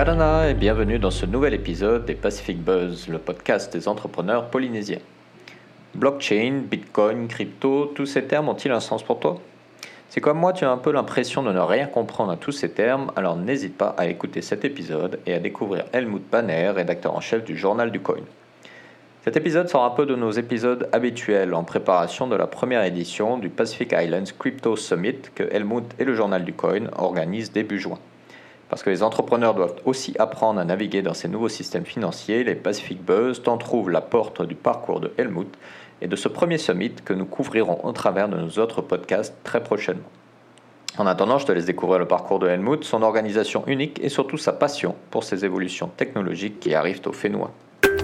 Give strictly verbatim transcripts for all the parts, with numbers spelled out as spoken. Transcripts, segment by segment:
Yarana et bienvenue dans ce nouvel épisode des Pacific Buzz, le podcast des entrepreneurs polynésiens. Blockchain, Bitcoin, crypto, tous ces termes ont-ils un sens pour toi ? Si comme moi tu as un peu l'impression de ne rien comprendre à tous ces termes, alors n'hésite pas à écouter cet épisode et à découvrir Helmut Banner, rédacteur en chef du Journal du Coin. Cet épisode sort un peu de nos épisodes habituels en préparation de la première édition du Pacific Islands Crypto Summit que Helmut et le Journal du Coin organisent début juin. Parce que les entrepreneurs doivent aussi apprendre à naviguer dans ces nouveaux systèmes financiers, les Pacific Buzz t'en trouvent la porte du parcours de Helmut et de ce premier summit que nous couvrirons au travers de nos autres podcasts très prochainement. En attendant, je te laisse découvrir le parcours de Helmut, son organisation unique et surtout sa passion pour ces évolutions technologiques qui arrivent au Fénois.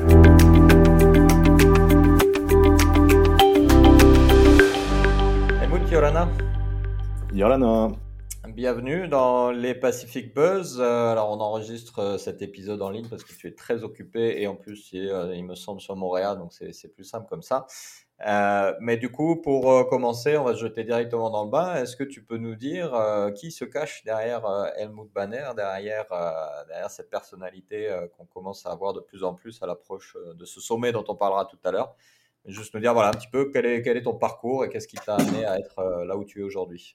Helmut, Yorana. Yorana. Bienvenue dans les Pacific Buzz. Euh, alors, on enregistre euh, cet épisode en ligne parce que tu es très occupé et en plus, il, euh, il me semble sur Montréal, donc c'est, c'est plus simple comme ça. Euh, mais du coup, pour euh, commencer, on va se jeter directement dans le bain. Est-ce que tu peux nous dire euh, qui se cache derrière euh, Helmut Banner, derrière, euh, derrière cette personnalité euh, qu'on commence à avoir de plus en plus à l'approche euh, de ce sommet dont on parlera tout à l'heure. Juste nous dire voilà, un petit peu quel est, quel est ton parcours et qu'est-ce qui t'a amené à être euh, là où tu es aujourd'hui.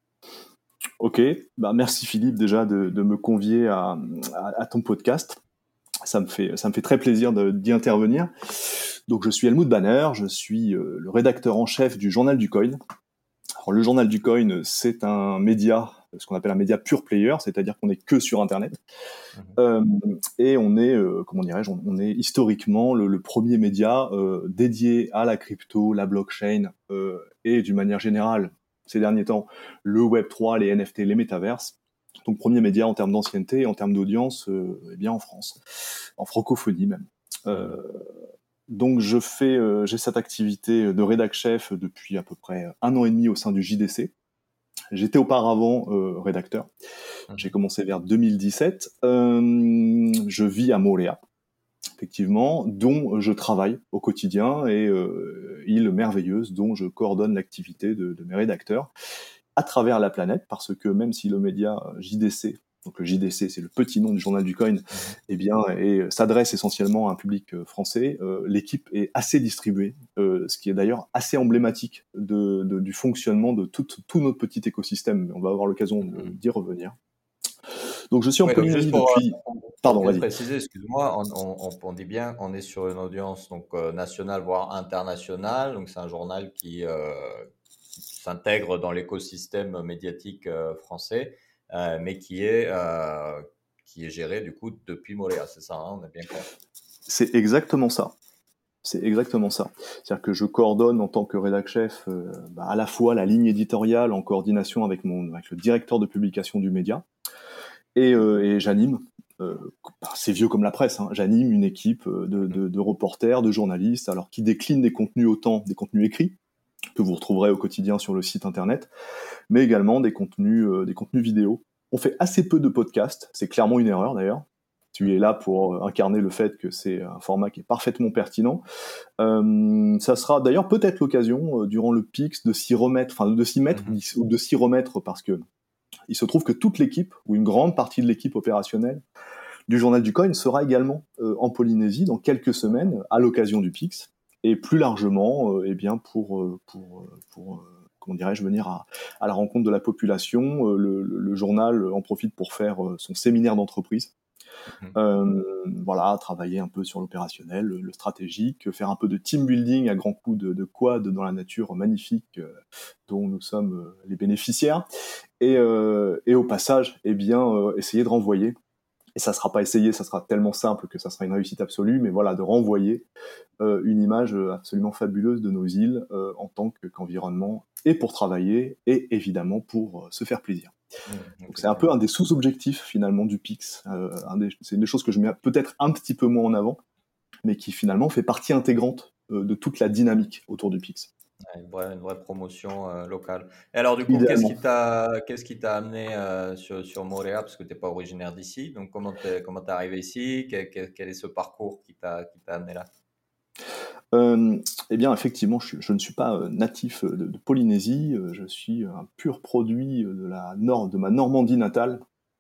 Ok, bah merci Philippe déjà de, de me convier à, à, à ton podcast. Ça me fait, ça me fait très plaisir de, d'y intervenir. Donc je suis Helmut Banner, je suis euh, le rédacteur en chef du Journal du Coin. Alors, le Journal du Coin, c'est un média, ce qu'on appelle un média pure player, c'est-à-dire qu'on n'est que sur Internet. Mmh. Euh, et on est, euh, comment dirais-je, on, on est historiquement le, le premier média euh, dédié à la crypto, la blockchain euh, et d'une manière générale, ces derniers temps, le web trois, les N F T, les métaverses. Donc premier média en termes d'ancienneté et en termes d'audience, euh, eh bien en France, en francophonie même. Euh, donc je fais, euh, j'ai cette activité de rédac chef depuis à peu près un an et demi au sein du J D C. J'étais auparavant euh, rédacteur. J'ai commencé vers deux mille dix-sept. Euh, je vis à Moorea, effectivement, dont je travaille au quotidien, et euh, île merveilleuse dont je coordonne l'activité de, de mes rédacteurs à travers la planète, parce que même si le média J D C, donc le J D C, c'est le petit nom du Journal du Coin, eh bien, et s'adresse essentiellement à un public français, euh, l'équipe est assez distribuée, euh, ce qui est d'ailleurs assez emblématique de, de, du fonctionnement de tout, tout notre petit écosystème. On va avoir l'occasion de, d'y revenir. Donc je suis en oui, Polynésie pour, depuis... Pour, Pardon, pour bien vas-y. préciser, excuse-moi, on, on, on dit bien, on est sur une audience donc euh, nationale voire internationale, donc c'est un journal qui, euh, qui s'intègre dans l'écosystème médiatique euh, français, euh, mais qui est euh, qui est géré du coup depuis Moorea, c'est ça, hein, on est bien clair. C'est exactement ça. C'est exactement ça. C'est-à-dire que je coordonne en tant que rédac chef euh, bah, à la fois la ligne éditoriale en coordination avec mon avec le directeur de publication du média, et, euh, et j'anime. Euh, c'est vieux comme la presse, hein, j'anime une équipe de, de, de reporters, de journalistes, alors qui déclinent des contenus autant des contenus écrits que vous retrouverez au quotidien sur le site internet, mais également des contenus, euh, des contenus vidéo. On fait assez peu de podcasts, c'est clairement une erreur d'ailleurs. Tu es là pour incarner le fait que c'est un format qui est parfaitement pertinent. Euh, ça sera d'ailleurs peut-être l'occasion, euh, durant le P I X, de s'y remettre, enfin de s'y mettre mm-hmm. ou de s'y remettre, parce que il se trouve que toute l'équipe, ou une grande partie de l'équipe opérationnelle du Journal du Coin sera également euh, en Polynésie dans quelques semaines, à l'occasion du P I X, et plus largement, euh, eh bien pour, euh, pour, pour euh, comment dirais-je, venir à, à la rencontre de la population. Euh, le, le, le journal en profite pour faire euh, son séminaire d'entreprise. Mmh. Euh, voilà, travailler un peu sur l'opérationnel, le, le stratégique, faire un peu de team building à grands coups de, de quad dans la nature magnifique euh, dont nous sommes euh, les bénéficiaires, et, euh, et au passage, eh bien, euh, essayer de renvoyer, et ça sera pas essayé, ça sera tellement simple que ça sera une réussite absolue, mais voilà, de renvoyer euh, une image absolument fabuleuse de nos îles euh, en tant qu'environnement, et pour travailler, et évidemment pour euh, se faire plaisir. Mmh, donc c'est un peu un des sous-objectifs finalement du P I X. Euh, un des, c'est une des choses que je mets peut-être un petit peu moins en avant, mais qui finalement fait partie intégrante euh, de toute la dynamique autour du P I X. Ouais, une, vraie, une vraie promotion euh, locale. Et alors du coup, qu'est-ce qui t'a, qu'est-ce qui t'a amené euh, sur, sur Moorea, parce que tu n'es pas originaire d'ici, donc comment tu es comment t'es arrivé ici, quel, quel, quel est ce parcours qui t'a, qui t'a amené là? Euh, eh bien, effectivement, je, je ne suis pas euh, natif de, de Polynésie. Euh, je suis un pur produit de la nord, de ma Normandie natale,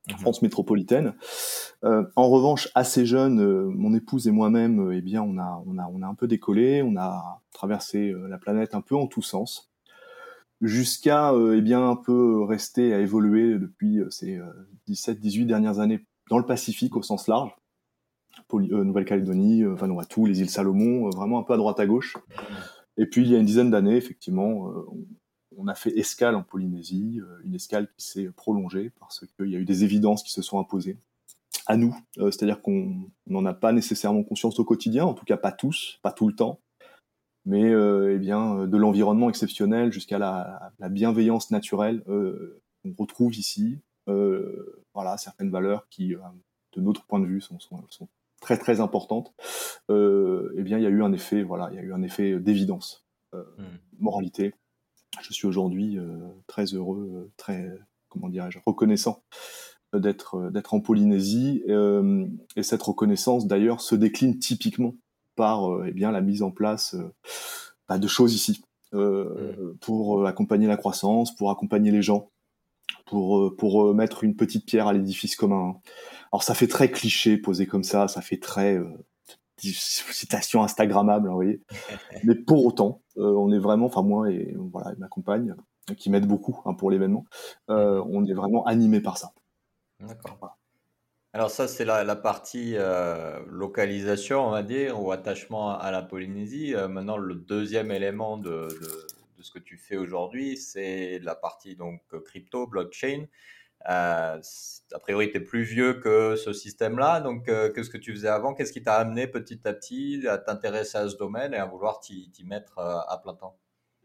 mmh. France métropolitaine. Euh, en revanche, assez jeune, euh, mon épouse et moi-même, euh, eh bien, on a, on, a, on a un peu décollé, on a traversé euh, la planète un peu en tous sens, jusqu'à euh, eh bien, un peu rester à évoluer depuis euh, ces euh, dix-sept dix-huit dernières années dans le Pacifique au sens large. Poly- euh, Nouvelle-Calédonie, euh, Vanuatu, les îles Salomon, euh, vraiment un peu à droite à gauche. Et puis il y a une dizaine d'années, effectivement, euh, on, on a fait escale en Polynésie, euh, une escale qui s'est prolongée parce qu'il y a eu des évidences qui se sont imposées à nous. Euh, c'est-à-dire qu'on n'en a pas nécessairement conscience au quotidien, en tout cas pas tous, pas tout le temps, mais euh, eh bien, euh, de l'environnement exceptionnel jusqu'à la, la bienveillance naturelle, euh, on retrouve ici euh, voilà, certaines valeurs qui, euh, de notre point de vue, sont, sont, sont très très importantes. Euh, eh bien, il y a eu un effet, voilà, il y a eu un effet d'évidence, euh, Mm. moralité. Je suis aujourd'hui euh, très heureux, euh, très, comment dirais-je, reconnaissant d'être d'être en Polynésie, euh, et cette reconnaissance d'ailleurs se décline typiquement par euh, eh bien la mise en place euh, bah, de choses ici euh, Mm. pour euh, accompagner la croissance, pour accompagner les gens, pour euh, pour euh, mettre une petite pierre à l'édifice commun. Alors ça fait très cliché posé comme ça, ça fait très euh, citation instagrammable, hein, vous voyez. Mais pour autant, euh, on est vraiment, enfin moi et voilà, et ma compagne, qui m'aide beaucoup hein, pour l'événement, euh, Mhm. on est vraiment animé par ça. D'accord. Voilà. Alors ça, c'est la, la partie euh, localisation, on va dire, ou attachement à la Polynésie. Euh, maintenant, le deuxième élément de, de, de ce que tu fais aujourd'hui, c'est la partie donc crypto, blockchain. Euh, a priori, tu es plus vieux que ce système-là. Donc, euh, qu'est-ce que tu faisais avant? Qu'est-ce qui t'a amené petit à petit à t'intéresser à ce domaine et à vouloir t'y, t'y mettre euh, à plein temps?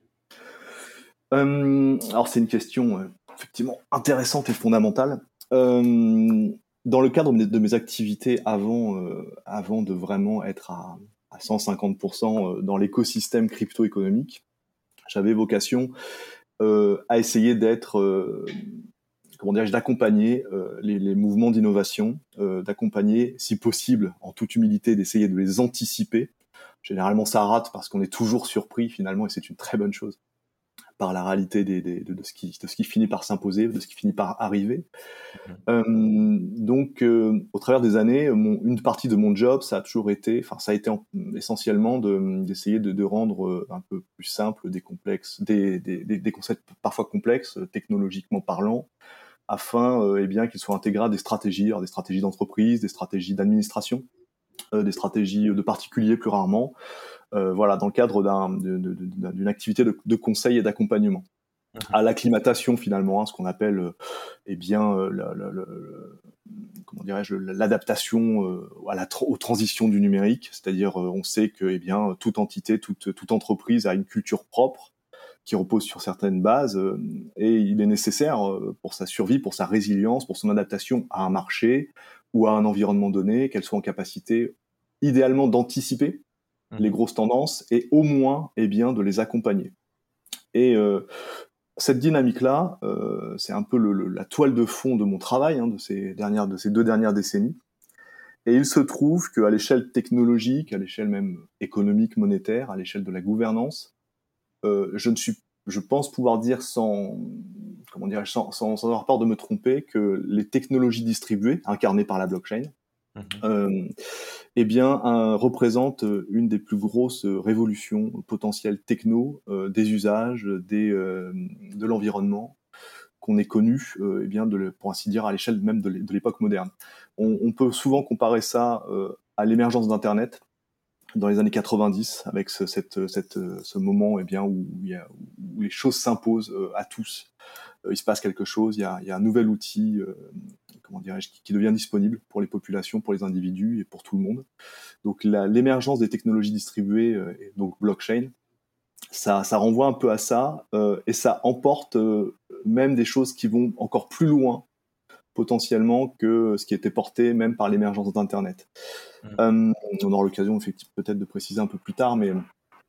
Euh, alors c'est une question euh, effectivement intéressante et fondamentale. Euh, dans le cadre de mes, de mes activités avant, euh, avant de vraiment être à, à cent cinquante pour cent dans l'écosystème crypto-économique, j'avais vocation euh, à essayer d'être, euh, comment dirais-je, d'accompagner euh, les, les mouvements d'innovation, euh, d'accompagner, si possible, en toute humilité, d'essayer de les anticiper. Généralement, ça rate parce qu'on est toujours surpris finalement, et c'est une très bonne chose, par la réalité des, des, de, de, ce qui, de ce qui finit par s'imposer, de ce qui finit par arriver. Mhm. Euh, donc, euh, au travers des années, mon, une partie de mon job, ça a toujours été, enfin, ça a été en, essentiellement de, d'essayer de, de rendre euh, un peu plus simple des complexes, des, des, des, des concepts parfois complexes, technologiquement parlant, afin, euh, eh bien, qu'ils soient intégrés à des stratégies, alors des stratégies d'entreprise, des stratégies d'administration, euh, des stratégies de particuliers plus rarement, euh, voilà, dans le cadre d'un, de, de, de, d'une activité de, de conseil et d'accompagnement à Mhm. l'acclimatation finalement, hein, ce qu'on appelle euh, eh bien euh, le, le, le, comment dirais-je, l'adaptation euh, à la tra- aux transitions du numérique, c'est-à-dire euh, on sait que eh bien toute entité, toute, toute entreprise a une culture propre qui repose sur certaines bases euh, et il est nécessaire euh, pour sa survie, pour sa résilience, pour son adaptation à un marché ou à un environnement donné, qu'elle soit en capacité idéalement d'anticiper les Mhm. grosses tendances et au moins eh bien de les accompagner. Et euh, cette dynamique-là, euh, c'est un peu le, le, la toile de fond de mon travail hein, de, ces dernières, de ces deux dernières décennies. Et il se trouve qu'à l'échelle technologique, à l'échelle même économique, monétaire, à l'échelle de la gouvernance, euh, je ne suis, je pense pouvoir dire sans, comment dirais-je, sans, sans, sans avoir peur de me tromper, que les technologies distribuées, incarnées par la blockchain, Mhm. euh, eh bien, un, représente une des plus grosses révolutions potentielles techno euh, des usages, des, euh, de l'environnement qu'on ait connu, euh, eh bien, de, pour ainsi dire, à l'échelle même de l'époque moderne. On, on peut souvent comparer ça euh, à l'émergence d'Internet dans les années quatre-vingt-dix, avec ce, cette, cette, ce moment eh bien, où, il y a, où les choses s'imposent euh, à tous. Euh, il se passe quelque chose, il y a, il y a un nouvel outil euh, comment dirais-je, qui, qui devient disponible pour les populations, pour les individus et pour tout le monde. Donc la, l'émergence des technologies distribuées, euh, et donc blockchain, ça, ça renvoie un peu à ça, euh, et ça emporte euh, même des choses qui vont encore plus loin potentiellement que ce qui était porté même par l'émergence d'Internet. Mhm. Euh, on aura l'occasion effectivement peut-être de préciser un peu plus tard, mais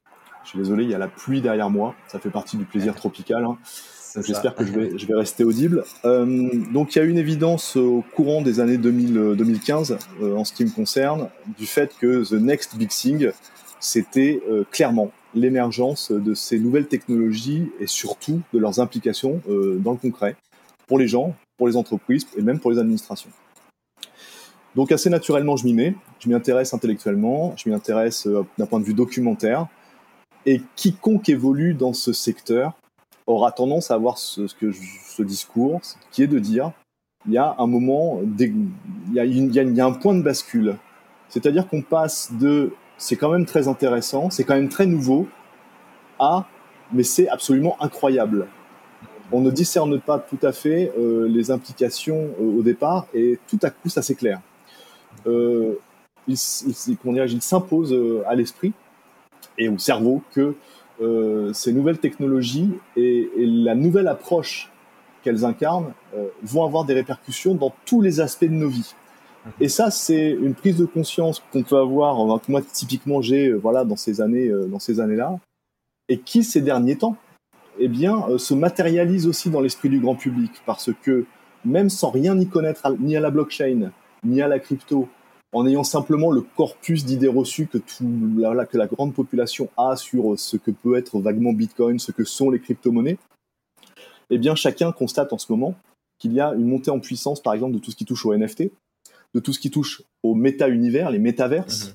je suis désolé, il y a la pluie derrière moi, ça fait partie du plaisir tropical, hein. C'est Donc ça. j'espère que je vais, je vais rester audible. Euh, donc il y a une évidence au courant des années deux mille, deux mille quinze, euh, en ce qui me concerne, du fait que The Next Big Thing, c'était euh, clairement l'émergence de ces nouvelles technologies et surtout de leurs implications euh, dans le concret, pour les gens, pour les entreprises et même pour les administrations. Donc assez naturellement, je m'y mets, je m'y intéresse intellectuellement, je m'y intéresse euh, d'un point de vue documentaire, et quiconque évolue dans ce secteur aura tendance à avoir ce, ce, que je, ce discours, qui est de dire, il y a un moment, il y a, une, il y a, il y a un point de bascule, c'est-à-dire qu'on passe de, c'est quand même très intéressant, c'est quand même très nouveau, à, mais c'est absolument incroyable. On ne discerne pas tout à fait euh, les implications euh, au départ, et tout à coup, ça s'éclaire. Euh, il, il, comment dirais-je, il s'impose euh, à l'esprit et au cerveau que euh, ces nouvelles technologies et, et la nouvelle approche qu'elles incarnent euh, vont avoir des répercussions dans tous les aspects de nos vies. Et ça, c'est une prise de conscience qu'on peut avoir, enfin, que moi typiquement j'ai, euh, voilà, dans ces années, euh, dans ces années-là, et qui ces derniers temps, eh bien, euh, se matérialise aussi dans l'esprit du grand public, parce que même sans rien y connaître, à, ni à la blockchain, ni à la crypto, en ayant simplement le corpus d'idées reçues que, tout, la, que la grande population a sur ce que peut être vaguement Bitcoin, ce que sont les crypto-monnaies, eh bien, chacun constate en ce moment qu'il y a une montée en puissance, par exemple, de tout ce qui touche au N F T, de tout ce qui touche au méta-univers, les métaverses. Mmh.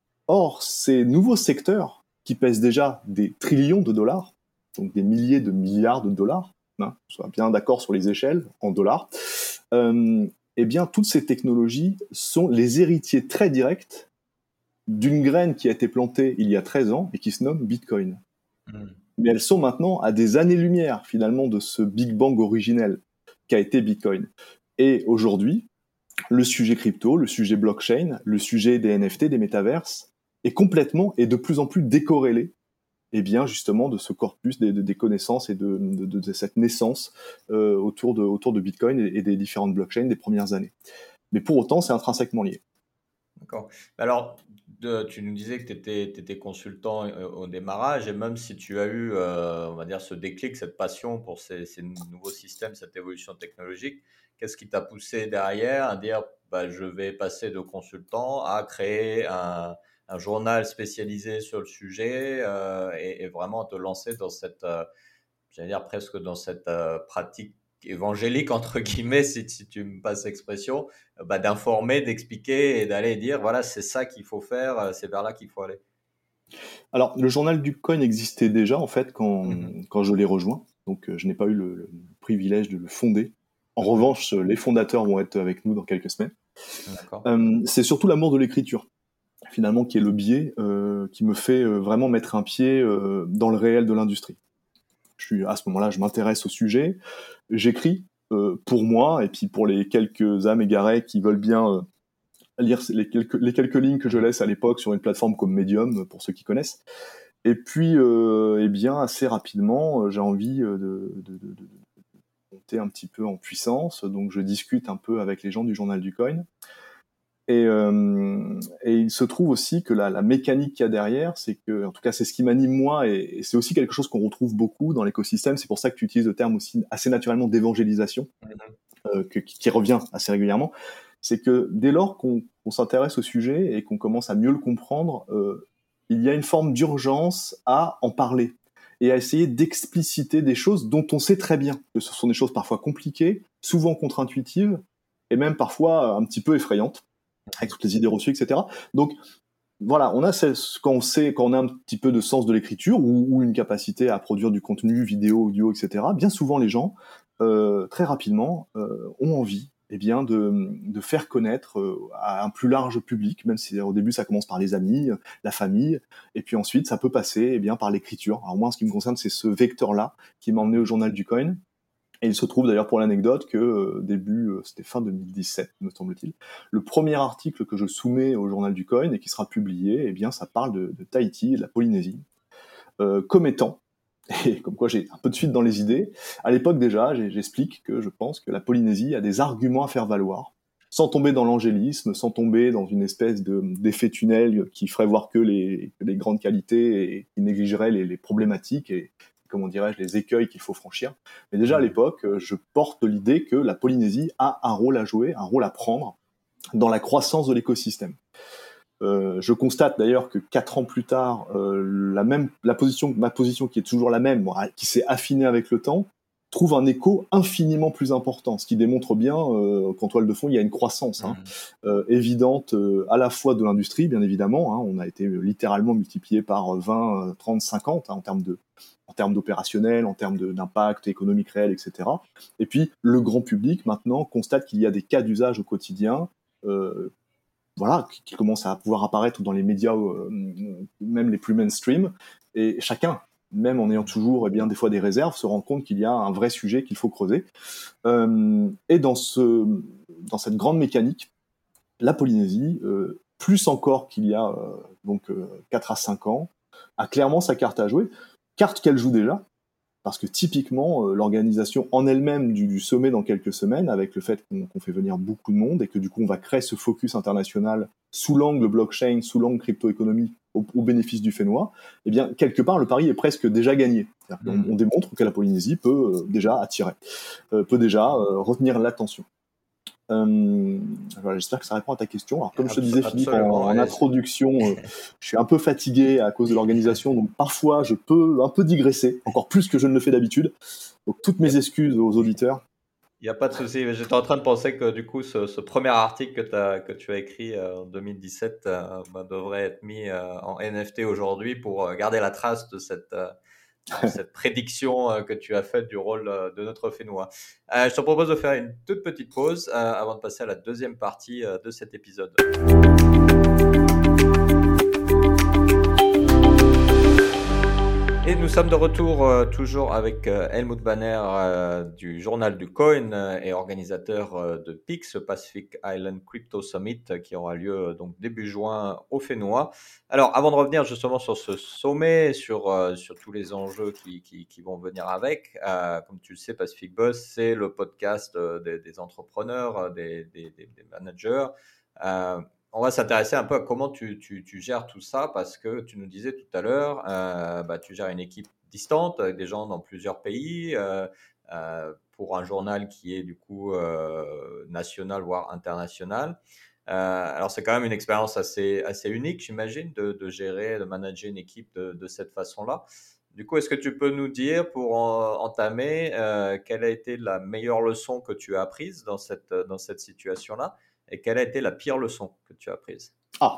Or, ces nouveaux secteurs, qui pèsent déjà des trillions de dollars, donc des milliers de milliards de dollars, hein, on soit bien d'accord sur les échelles, en dollars, euh, eh bien, toutes ces technologies sont les héritiers très directs d'une graine qui a été plantée il y a treize ans et qui se nomme Bitcoin. Mmh. Mais elles sont maintenant à des années-lumière, finalement, de ce Big Bang originel qu'a été Bitcoin. Et aujourd'hui, le sujet crypto, le sujet blockchain, le sujet des N F T, des métaverses, est complètement et de plus en plus décorrélé, eh bien, justement, de ce corpus des, des connaissances et de, de, de, de cette naissance euh, autour, de, autour de Bitcoin et, et des différentes blockchains des premières années. Mais pour autant, c'est intrinsèquement lié. D'accord. Alors, de, tu nous disais que tu étais consultant euh, au démarrage, et même si tu as eu, euh, on va dire, ce déclic, cette passion pour ces, ces nouveaux systèmes, cette évolution technologique, qu'est-ce qui t'a poussé derrière à dire, bah, je vais passer de consultant à créer un, un journal spécialisé sur le sujet euh, et, et vraiment te lancer dans cette, euh, j'allais dire presque dans cette euh, pratique évangélique, entre guillemets, si, si tu me passes l'expression, bah, d'informer, d'expliquer et d'aller dire, voilà, c'est ça qu'il faut faire, c'est vers là qu'il faut aller. Alors, le journal du coin existait déjà, en fait, quand, mmh. quand je l'ai rejoint. Donc, euh, je n'ai pas eu le, le privilège de le fonder. En mmh. revanche, les fondateurs vont être avec nous dans quelques semaines. Euh, c'est surtout l'amour de l'écriture, finalement, qui est le biais euh, qui me fait euh, vraiment mettre un pied euh, dans le réel de l'industrie. Je suis, à ce moment-là, je m'intéresse au sujet, j'écris euh, pour moi et puis pour les quelques âmes égarées qui veulent bien euh, lire les quelques, les quelques lignes que je laisse à l'époque sur une plateforme comme Medium, pour ceux qui connaissent. Et puis, euh, eh bien, assez rapidement, j'ai envie de, de, de, de monter un petit peu en puissance, donc je discute un peu avec les gens du Journal du Coin. Et, euh, et il se trouve aussi que la, la mécanique qu'il y a derrière, c'est que, en tout cas, c'est ce qui m'anime moi, et, et c'est aussi quelque chose qu'on retrouve beaucoup dans l'écosystème. C'est pour ça que tu utilises le terme aussi assez naturellement d'évangélisation, mm-hmm. euh, que, qui revient assez régulièrement. C'est que dès lors qu'on, qu'on s'intéresse au sujet et qu'on commence à mieux le comprendre, euh, il y a une forme d'urgence à en parler et à essayer d'expliciter des choses dont on sait très bien que ce sont des choses parfois compliquées, souvent contre-intuitives et même parfois un petit peu effrayantes, avec toutes les idées reçues, et cetera. Donc voilà, on a ce, quand on sait, quand on a un petit peu de sens de l'écriture ou, ou une capacité à produire du contenu vidéo, audio, et cetera. Bien souvent, les gens euh, très rapidement euh, ont envie, eh bien, de, de faire connaître euh, à un plus large public, même si au début ça commence par les amis, la famille, et puis ensuite ça peut passer, eh bien, par l'écriture. Alors moi, en ce qui me concerne, c'est ce vecteur-là qui m'a emmené au Journal du Coin. Et il se trouve d'ailleurs pour l'anecdote que euh, début, euh, c'était fin deux mille dix-sept, me semble-t-il, le premier article que je soumets au Journal du Coin et qui sera publié, eh bien, ça parle de, de Tahiti et de la Polynésie euh, comme étant, et comme quoi j'ai un peu de suite dans les idées. À l'époque déjà, j'explique que je pense que la Polynésie a des arguments à faire valoir, sans tomber dans l'angélisme, sans tomber dans une espèce de, d'effet tunnel qui ferait voir que les, que les grandes qualités et qui négligerait les, les problématiques et comment dirais-je, les écueils qu'il faut franchir. Mais déjà à l'époque, je porte l'idée que la Polynésie a un rôle à jouer, un rôle à prendre dans la croissance de l'écosystème. Euh, je constate d'ailleurs que quatre ans plus tard, euh, la même, la position, ma position qui est toujours la même, bon, qui s'est affinée avec le temps, trouve un écho infiniment plus important, ce qui démontre bien euh, qu'en toile de fond, il y a une croissance hein, mmh. euh, évidente euh, à la fois de l'industrie, bien évidemment, hein, on a été littéralement multiplié par vingt, trente, cinquante hein, en termes de en termes d'opérationnel, en termes de, d'impact économique réel, et cetera. Et puis, le grand public, maintenant, constate qu'il y a des cas d'usage au quotidien, euh, voilà, qui, qui commencent à pouvoir apparaître dans les médias, euh, même les plus mainstream, et chacun, même en ayant toujours eh bien, des fois des réserves, se rend compte qu'il y a un vrai sujet qu'il faut creuser. Euh, et dans, ce, dans cette grande mécanique, la Polynésie, euh, plus encore qu'il y a euh, donc, euh, quatre à cinq ans, a clairement sa carte à jouer. Carte qu'elle joue déjà, parce que typiquement, euh, l'organisation en elle-même du, du sommet dans quelques semaines, avec le fait qu'on, qu'on fait venir beaucoup de monde et que du coup on va créer ce focus international sous l'angle blockchain, sous l'angle crypto-économie, au, au bénéfice du Fénois, eh bien, quelque part, le pari est presque déjà gagné. Mmh. On, on démontre que la Polynésie peut euh, déjà attirer, euh, peut déjà euh, retenir l'attention. Euh, voilà, j'espère que ça répond à ta question. Alors, comme Absol- je te disais, Philippe, en, en introduction, euh, je suis un peu fatigué à cause de l'organisation, donc parfois je peux un peu digresser, encore plus que je ne le fais d'habitude. Donc, toutes mes excuses aux auditeurs. Il n'y a pas de souci. J'étais en train de penser que du coup, ce, ce premier article que, t'as, que tu as écrit euh, en deux mille dix-sept euh, bah, devrait être mis euh, en N F T aujourd'hui pour euh, garder la trace de cette, euh, de cette prédiction euh, que tu as faite du rôle euh, de notre Fénois. Euh, je te propose de faire une toute petite pause euh, avant de passer à la deuxième partie euh, de cet épisode. Et nous sommes de retour euh, toujours avec euh, Helmut Banner euh, du Journal du Coin euh, et organisateur euh, de P I C, Pacific Island Crypto Summit, euh, qui aura lieu euh, donc début juin au Fénois. Alors, avant de revenir justement sur ce sommet, sur, euh, sur tous les enjeux qui, qui, qui vont venir avec, euh, comme tu le sais, Pacific Buzz, c'est le podcast euh, des, des entrepreneurs, des, des, des, des managers. Euh, On va s'intéresser un peu à comment tu, tu, tu gères tout ça, parce que tu nous disais tout à l'heure, euh, bah, tu gères une équipe distante avec des gens dans plusieurs pays euh, euh, pour un journal qui est du coup euh, national, voire international. Euh, alors, c'est quand même une expérience assez, assez unique, j'imagine, de, de gérer, de manager une équipe de, de cette façon-là. Du coup, est-ce que tu peux nous dire, pour en, entamer, euh, quelle a été la meilleure leçon que tu as apprise dans cette, dans cette situation-là? Et quelle a été la pire leçon que tu as apprise? Ah,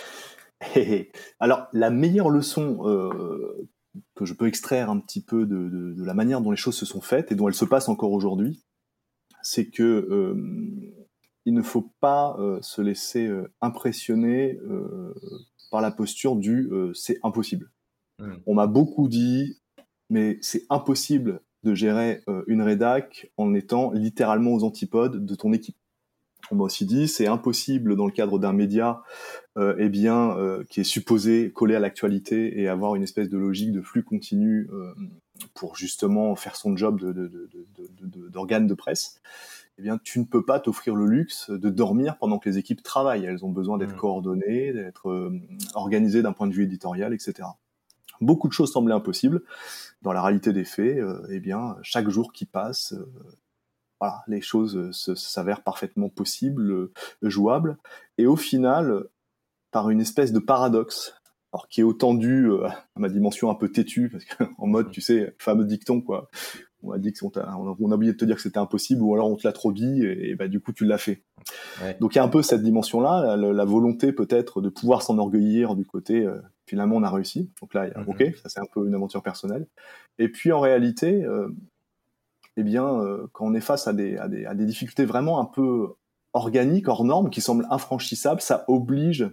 alors la meilleure leçon euh, que je peux extraire un petit peu de, de, de la manière dont les choses se sont faites et dont elles se passent encore aujourd'hui, c'est que euh, il ne faut pas euh, se laisser euh, impressionner euh, par la posture du euh, c'est impossible. Mmh. On m'a beaucoup dit, mais c'est impossible de gérer euh, une rédac en étant littéralement aux antipodes de ton équipe. On m'a aussi dit, c'est impossible dans le cadre d'un média euh, eh bien, euh, qui est supposé coller à l'actualité et avoir une espèce de logique de flux continu euh, pour justement faire son job de, de, de, de, de, d'organe de presse. Eh bien, tu ne peux pas t'offrir le luxe de dormir pendant que les équipes travaillent. Elles ont besoin d'être mmh. coordonnées, d'être euh, organisées d'un point de vue éditorial, et cetera. Beaucoup de choses semblaient impossibles. Dans la réalité des faits, euh, eh bien, chaque jour qui passe, euh, voilà, les choses se, s'avèrent parfaitement possibles, euh, jouables. Et au final, par une espèce de paradoxe, alors qui est autant dû euh, à ma dimension un peu têtue, parce qu'en mode, tu sais, fameux dicton, quoi. On a dit qu'on t'a, on a, on a oublié de te dire que c'était impossible, ou alors on te l'a trop dit, et, et bah du coup tu l'as fait. Ouais. Donc il y a un peu cette dimension-là, la, la volonté peut-être de pouvoir s'enorgueillir du côté, euh, finalement on a réussi. Donc là, il y a, mm-hmm. ok, ça c'est un peu une aventure personnelle. Et puis en réalité, euh, eh bien, euh, quand on est face à des, à, des, à des difficultés vraiment un peu organiques, hors normes, qui semblent infranchissables, ça oblige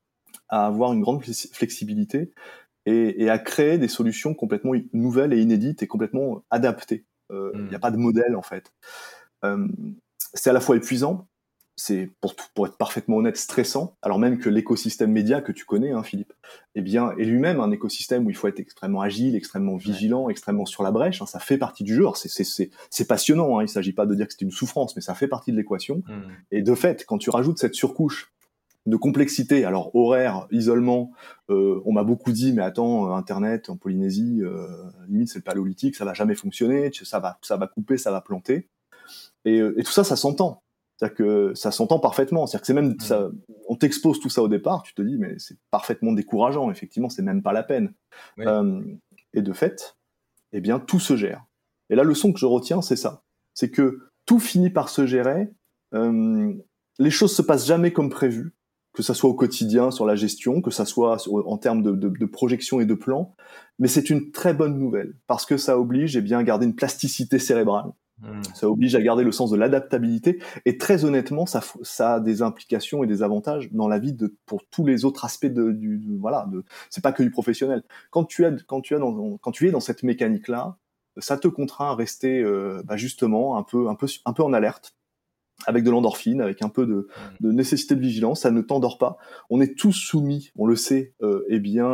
à avoir une grande flexibilité et, et à créer des solutions complètement nouvelles et inédites et complètement adaptées. Il euh, n'y mm. a pas de modèle, en fait. Euh, c'est à la fois épuisant, c'est, pour, pour être parfaitement honnête, stressant, alors même que l'écosystème média que tu connais, hein, Philippe, eh bien, est lui-même un écosystème où il faut être extrêmement agile, extrêmement vigilant, ouais. extrêmement sur la brèche. Hein, ça fait partie du jeu. Alors, c'est, c'est, c'est, c'est passionnant, hein, il ne s'agit pas de dire que c'est une souffrance, mais ça fait partie de l'équation. Mm. Et de fait, quand tu rajoutes cette surcouche de complexité, alors horaire, isolement, euh, on m'a beaucoup dit, mais attends, euh, Internet en Polynésie, euh, limite c'est le paléolithique, ça va jamais fonctionner, ça va, ça va couper, ça va planter. Et, et tout ça, ça s'entend. C'est-à-dire que ça s'entend parfaitement. C'est-à-dire que c'est même, mmh. ça, on t'expose tout ça au départ, tu te dis, mais c'est parfaitement décourageant. Effectivement, c'est même pas la peine. Oui. Euh, et de fait, eh bien, tout se gère. Et la leçon que je retiens, c'est ça. C'est que tout finit par se gérer. Euh, les choses se passent jamais comme prévu, que ça soit au quotidien sur la gestion, que ça soit en termes de, de, de projection et de plan. Mais c'est une très bonne nouvelle parce que ça oblige eh bien, à garder une plasticité cérébrale. Mmh. Ça oblige à garder le sens de l'adaptabilité. Et très honnêtement, ça, ça a des implications et des avantages dans la vie de, pour tous les autres aspects de, du, de, voilà, de, c'est pas que du professionnel. Quand tu, as, quand, tu as dans, quand tu es dans cette mécanique-là, ça te contraint à rester euh, bah justement un peu, un, peu, un peu en alerte, avec de l'endorphine, avec un peu de, de nécessité de vigilance. Ça ne t'endort pas. On est tous soumis, on le sait, euh, eh bien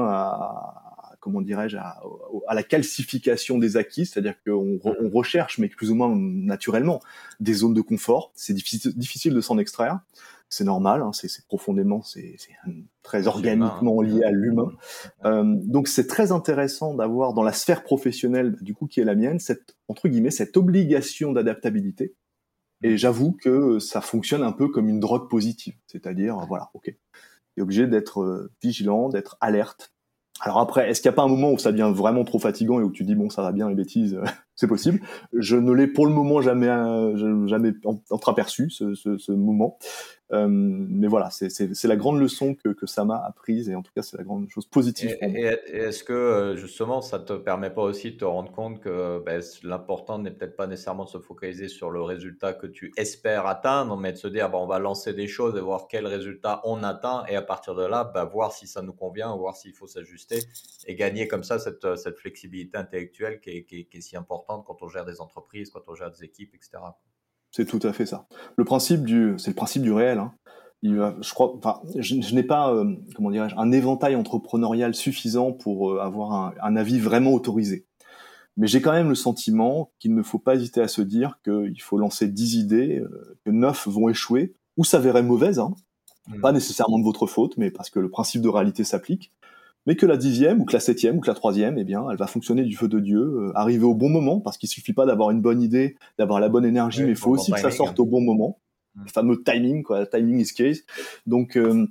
à, comment dirais-je, à, à la calcification des acquis, c'est-à-dire qu'on on recherche, mais plus ou moins naturellement, des zones de confort. C'est difficile, difficile de s'en extraire. C'est normal, hein, c'est, c'est profondément, c'est, c'est très organiquement lié à l'humain. Euh, donc c'est très intéressant d'avoir dans la sphère professionnelle, du coup qui est la mienne, cette entre guillemets cette obligation d'adaptabilité. Et j'avoue que ça fonctionne un peu comme une drogue positive, c'est-à-dire voilà, ok, t'es obligé d'être euh, vigilant, d'être alerte. Alors après, est-ce qu'il n'y a pas un moment où ça devient vraiment trop fatigant et où tu dis bon ça va bien les bêtises, euh, c'est possible. Je ne l'ai pour le moment jamais euh, jamais entreaperçu ce, ce, ce moment. Euh, mais voilà, c'est, c'est, c'est la grande leçon que, que ça m'a apprise et en tout cas c'est la grande chose positive et, pour moi. Et, et est-ce que justement ça te permet pas aussi de te rendre compte que ben, l'important n'est peut-être pas nécessairement de se focaliser sur le résultat que tu espères atteindre, mais de se dire ben, on va lancer des choses et voir quel résultat on atteint et à partir de là ben, voir si ça nous convient, voir s'il faut s'ajuster et gagner comme ça cette, cette flexibilité intellectuelle qui est, qui, est, qui est si importante quand on gère des entreprises, quand on gère des équipes, et cetera. C'est tout à fait ça. Le principe du, c'est le principe du réel. Hein. Il va, je crois, enfin, je, je n'ai pas, euh, comment dirais-je, un éventail entrepreneurial suffisant pour euh, avoir un, un avis vraiment autorisé. Mais j'ai quand même le sentiment qu'il ne faut pas hésiter à se dire qu'il faut lancer dix idées, euh, que neuf vont échouer ou s'avérer mauvaises, hein. Mmh. Pas nécessairement de votre faute, mais parce que le principe de réalité s'applique. Mais que la dixième ou que la septième ou que la troisième, eh bien, elle va fonctionner du feu de Dieu, euh, arriver au bon moment, parce qu'il suffit pas d'avoir une bonne idée, d'avoir la bonne énergie, oui, mais il faut bon aussi bon que ça sorte au bon moment. Mmh. Le fameux timing, quoi, timing is case. Donc, euh,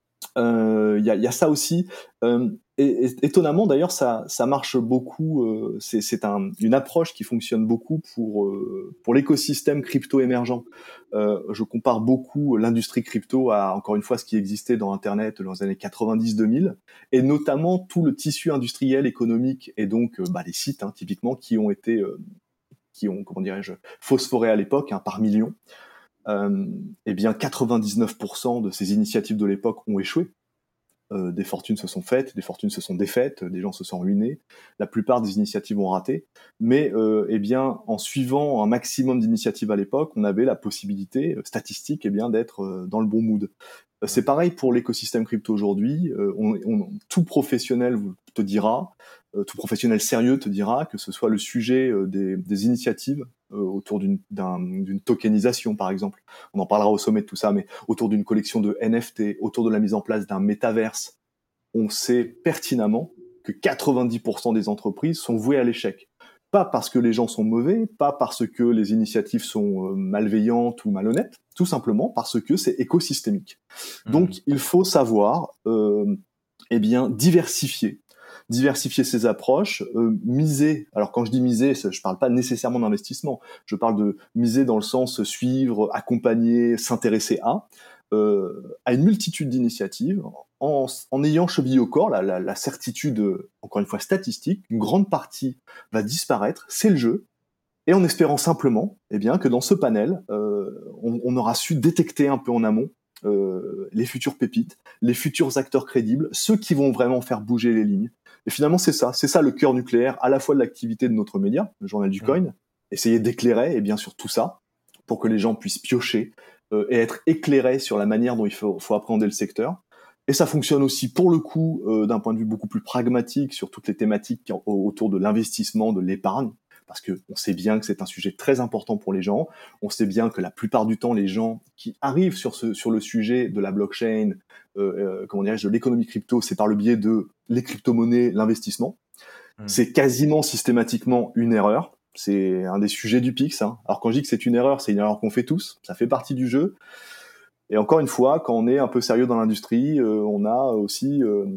euh, y a, y a ça aussi. Euh, et, et, étonnamment, d'ailleurs, ça, ça marche beaucoup. Euh, c'est c'est un, une approche qui fonctionne beaucoup pour euh, pour l'écosystème crypto émergent. Euh, je compare beaucoup l'industrie crypto à, encore une fois, ce qui existait dans Internet dans les années quatre-vingt-dix deux mille, et notamment tout le tissu industriel, économique, et donc euh, bah, les sites, hein, typiquement, qui ont été, euh, qui ont, comment dirais-je, phosphorés à l'époque, hein, par millions. Euh, eh bien, quatre-vingt-dix-neuf pour cent de ces initiatives de l'époque ont échoué. Euh, des fortunes se sont faites, des fortunes se sont défaites, des gens se sont ruinés. La plupart des initiatives ont raté. Mais euh, eh bien, en suivant un maximum d'initiatives à l'époque, on avait la possibilité euh, statistique eh bien, d'être euh, dans le bon mood. Euh, c'est pareil pour l'écosystème crypto aujourd'hui. Euh, on, on, tout professionnel te dira, euh, tout professionnel sérieux te dira que ce soit le sujet euh, des, des initiatives euh, autour d'une, d'un, d'une tokenisation, par exemple. On en parlera au sommet de tout ça, mais autour d'une collection de N F T, autour de la mise en place d'un métaverse, on sait pertinemment que quatre-vingt-dix pour cent des entreprises sont vouées à l'échec. Pas parce que les gens sont mauvais, pas parce que les initiatives sont euh, malveillantes ou malhonnêtes, tout simplement parce que c'est écosystémique. Mmh. Donc, il faut savoir, euh, eh bien, diversifier. Diversifier ses approches, euh, miser. Alors quand je dis miser, je parle pas nécessairement d'investissement. Je parle de miser dans le sens suivre, accompagner, s'intéresser à, euh, à une multitude d'initiatives, en, en ayant chevillé au corps la, la, la certitude, encore une fois statistique, une grande partie va disparaître. C'est le jeu. Et en espérant simplement, eh bien, que dans ce panel, euh, on, on aura su détecter un peu en amont euh, les futures pépites, les futurs acteurs crédibles, ceux qui vont vraiment faire bouger les lignes. Et finalement, c'est ça, c'est ça le cœur nucléaire à la fois de l'activité de notre média, le Journal du Coin, mmh. essayer d'éclairer, et bien sûr tout ça, pour que les gens puissent piocher euh, et être éclairés sur la manière dont il faut, faut appréhender le secteur. Et ça fonctionne aussi, pour le coup, euh, d'un point de vue beaucoup plus pragmatique sur toutes les thématiques autour de l'investissement, de l'épargne, parce que on sait bien que c'est un sujet très important pour les gens. On sait bien que la plupart du temps, les gens qui arrivent sur ce sur le sujet de la blockchain, euh, euh, comment dirais-je, de l'économie crypto, c'est par le biais de les crypto-monnaies, l'investissement. Mmh. C'est quasiment systématiquement une erreur. C'est un des sujets du P I X. Hein. Alors quand je dis que c'est une erreur, c'est une erreur qu'on fait tous. Ça fait partie du jeu. Et encore une fois, quand on est un peu sérieux dans l'industrie, euh, on a aussi euh,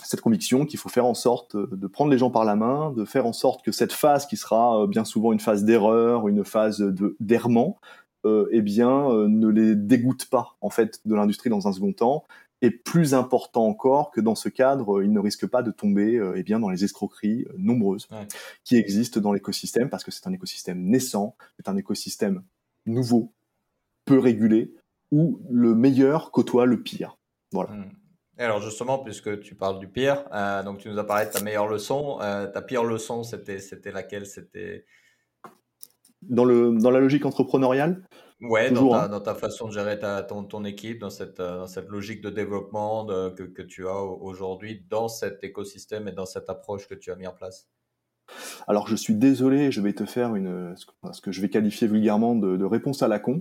cette conviction qu'il faut faire en sorte de prendre les gens par la main, de faire en sorte que cette phase qui sera bien souvent une phase d'erreur, une phase de, d'errement, euh, eh bien, euh, ne les dégoûte pas en fait de l'industrie dans un second temps. Et plus important encore que dans ce cadre, ils ne risquent pas de tomber euh, eh bien, dans les escroqueries euh, nombreuses Ouais. qui existent dans l'écosystème, parce que c'est un écosystème naissant, c'est un écosystème nouveau, peu régulé, où le meilleur côtoie le pire. Voilà. Hmm. Et alors justement, puisque tu parles du pire, euh, donc tu nous as parlé de ta meilleure leçon. Euh, ta pire leçon, c'était, c'était laquelle? C'était Dans, le, dans la logique entrepreneuriale, ouais, dans toujours, ta, hein. dans ta façon de gérer ta, ton, ton équipe, dans cette, euh, dans cette logique de développement de- que, que tu as au- aujourd'hui, dans cet écosystème et dans cette approche que tu as mis en place. Alors je suis désolé, je vais te faire une, ce que je vais qualifier vulgairement de, de réponse à la con.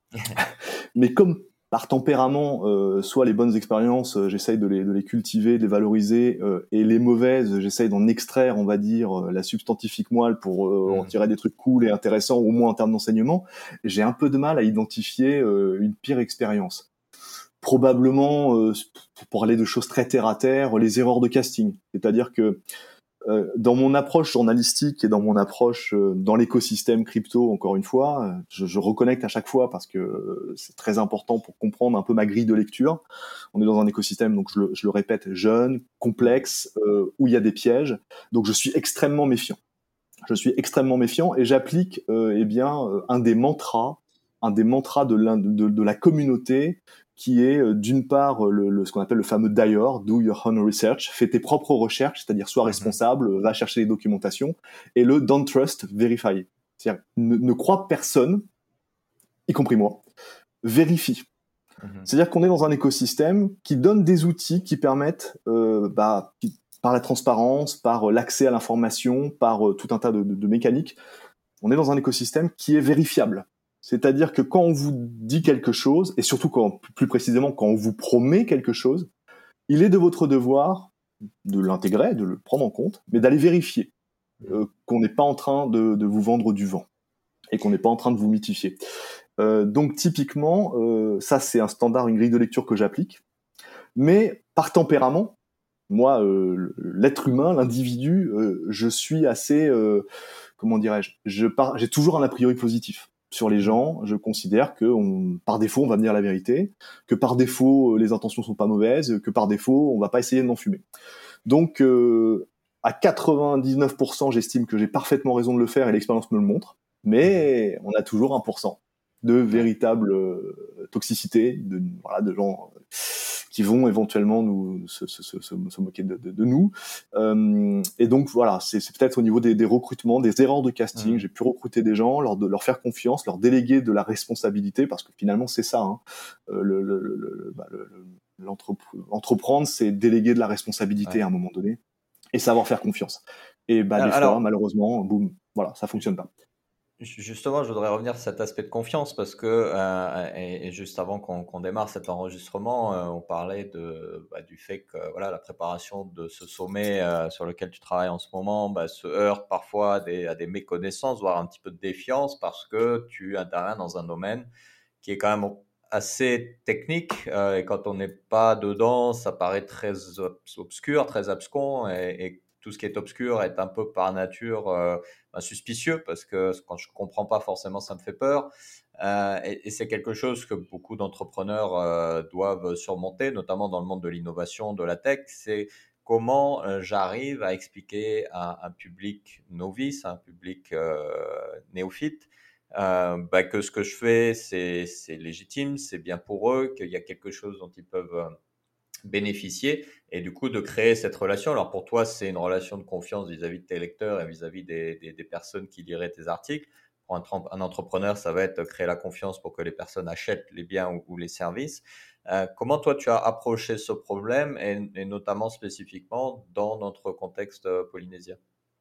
Mais comme par tempérament, euh, soit les bonnes expériences, euh, j'essaye de les, de les cultiver, de les valoriser, euh, et les mauvaises, j'essaye d'en extraire, on va dire, euh, la substantifique moelle pour euh, en Hmm. tirer des trucs cool et intéressants, au moins en termes d'enseignement. J'ai un peu de mal à identifier euh, une pire expérience. Probablement, euh, pour parler de choses très terre à terre, les erreurs de casting. C'est-à-dire que euh, dans mon approche journalistique et dans mon approche euh, dans l'écosystème crypto, encore une fois, euh, je, je reconnecte à chaque fois parce que euh, c'est très important pour comprendre un peu ma grille de lecture. On est dans un écosystème, donc je le, je le répète, jeune, complexe, euh, où il y a des pièges. Donc je suis extrêmement méfiant. Je suis extrêmement méfiant et j'applique euh, eh bien euh, un des mantras, un des mantras de, l'un- de, de la communauté qui est euh, d'une part le, le- ce qu'on appelle le fameux D I R, Do Your Own Research, fais tes propres recherches, c'est-à-dire sois Mhm. responsable, euh, va chercher les documentations, et le Don't Trust, Verify. C'est-à-dire ne, ne crois personne, y compris moi, vérifie. Mhm. C'est-à-dire qu'on est dans un écosystème qui donne des outils qui permettent, euh, bah, qui- par la transparence, par euh, l'accès à l'information, par euh, tout un tas de, de, de mécaniques, on est dans un écosystème qui est vérifiable. C'est-à-dire que quand on vous dit quelque chose, et surtout quand, plus précisément quand on vous promet quelque chose, il est de votre devoir de l'intégrer, de le prendre en compte, mais d'aller vérifier euh, qu'on n'est pas en train de, de vous vendre du vent et qu'on n'est pas en train de vous mythifier. Euh, donc typiquement, euh, ça c'est un standard, une grille de lecture que j'applique, mais par tempérament, moi, euh, l'être humain, l'individu, euh, je suis assez, euh, comment dirais-je, je pars, j'ai toujours un a priori positif sur les Mhm. gens. Je considère que on, par défaut, on va me dire la vérité, que par défaut, euh, les intentions sont pas mauvaises, que par défaut, on va pas essayer de m'enfumer. Donc, euh, à quatre-vingt-dix-neuf pour cent, j'estime que j'ai parfaitement raison de le faire et l'expérience me le montre. Mhm. Mais on a toujours un pour cent de Ouais. véritable euh, toxicité, de, voilà, de gens euh, qui vont éventuellement nous se, se, se, se moquer de, de, de nous. Euh, et donc voilà, c'est, c'est peut-être au niveau des, des recrutements, des erreurs de casting. Mhm. J'ai pu recruter des gens, leur, de, leur faire confiance, leur déléguer de la responsabilité, parce que finalement c'est ça. Hein, euh, le, le, le, le, bah, le, l'entrepre- entreprendre, c'est déléguer de la responsabilité Ouais. à un moment donné et savoir faire confiance. Et bah des fois, Alors, malheureusement, boum, voilà, ça fonctionne pas. justement, je voudrais revenir sur cet aspect de confiance parce que, euh, et, et juste avant qu'on qu'on démarre cet enregistrement, euh, on parlait de, bah, du fait que voilà, la préparation de ce sommet euh, sur lequel tu travailles en ce moment bah, se heurte parfois à des, à des méconnaissances, voire un petit peu de défiance parce que tu interviens dans un domaine qui est quand même assez technique euh, et quand on n'est pas dedans, ça paraît très ob- obscur, très abscon et, et tout ce qui est obscur est un peu par nature euh, ben, suspicieux parce que quand je comprends pas forcément, ça me fait peur. Euh, et, et c'est quelque chose que beaucoup d'entrepreneurs euh, doivent surmonter, notamment dans le monde de l'innovation, de la tech. C'est comment euh, j'arrive à expliquer à un public novice, à un public euh, néophyte, euh, bah, que ce que je fais, c'est, c'est légitime, c'est bien pour eux, qu'il y a quelque chose dont ils peuvent euh, bénéficier et du coup de créer cette relation. Alors pour toi, c'est une relation de confiance vis-à-vis de tes lecteurs et vis-à-vis des, des, des personnes qui liraient tes articles. Pour un, un entrepreneur, ça va être créer la confiance pour que les personnes achètent les biens ou, ou les services. Euh, comment toi, tu as approché ce problème et, et notamment spécifiquement dans notre contexte euh, polynésien?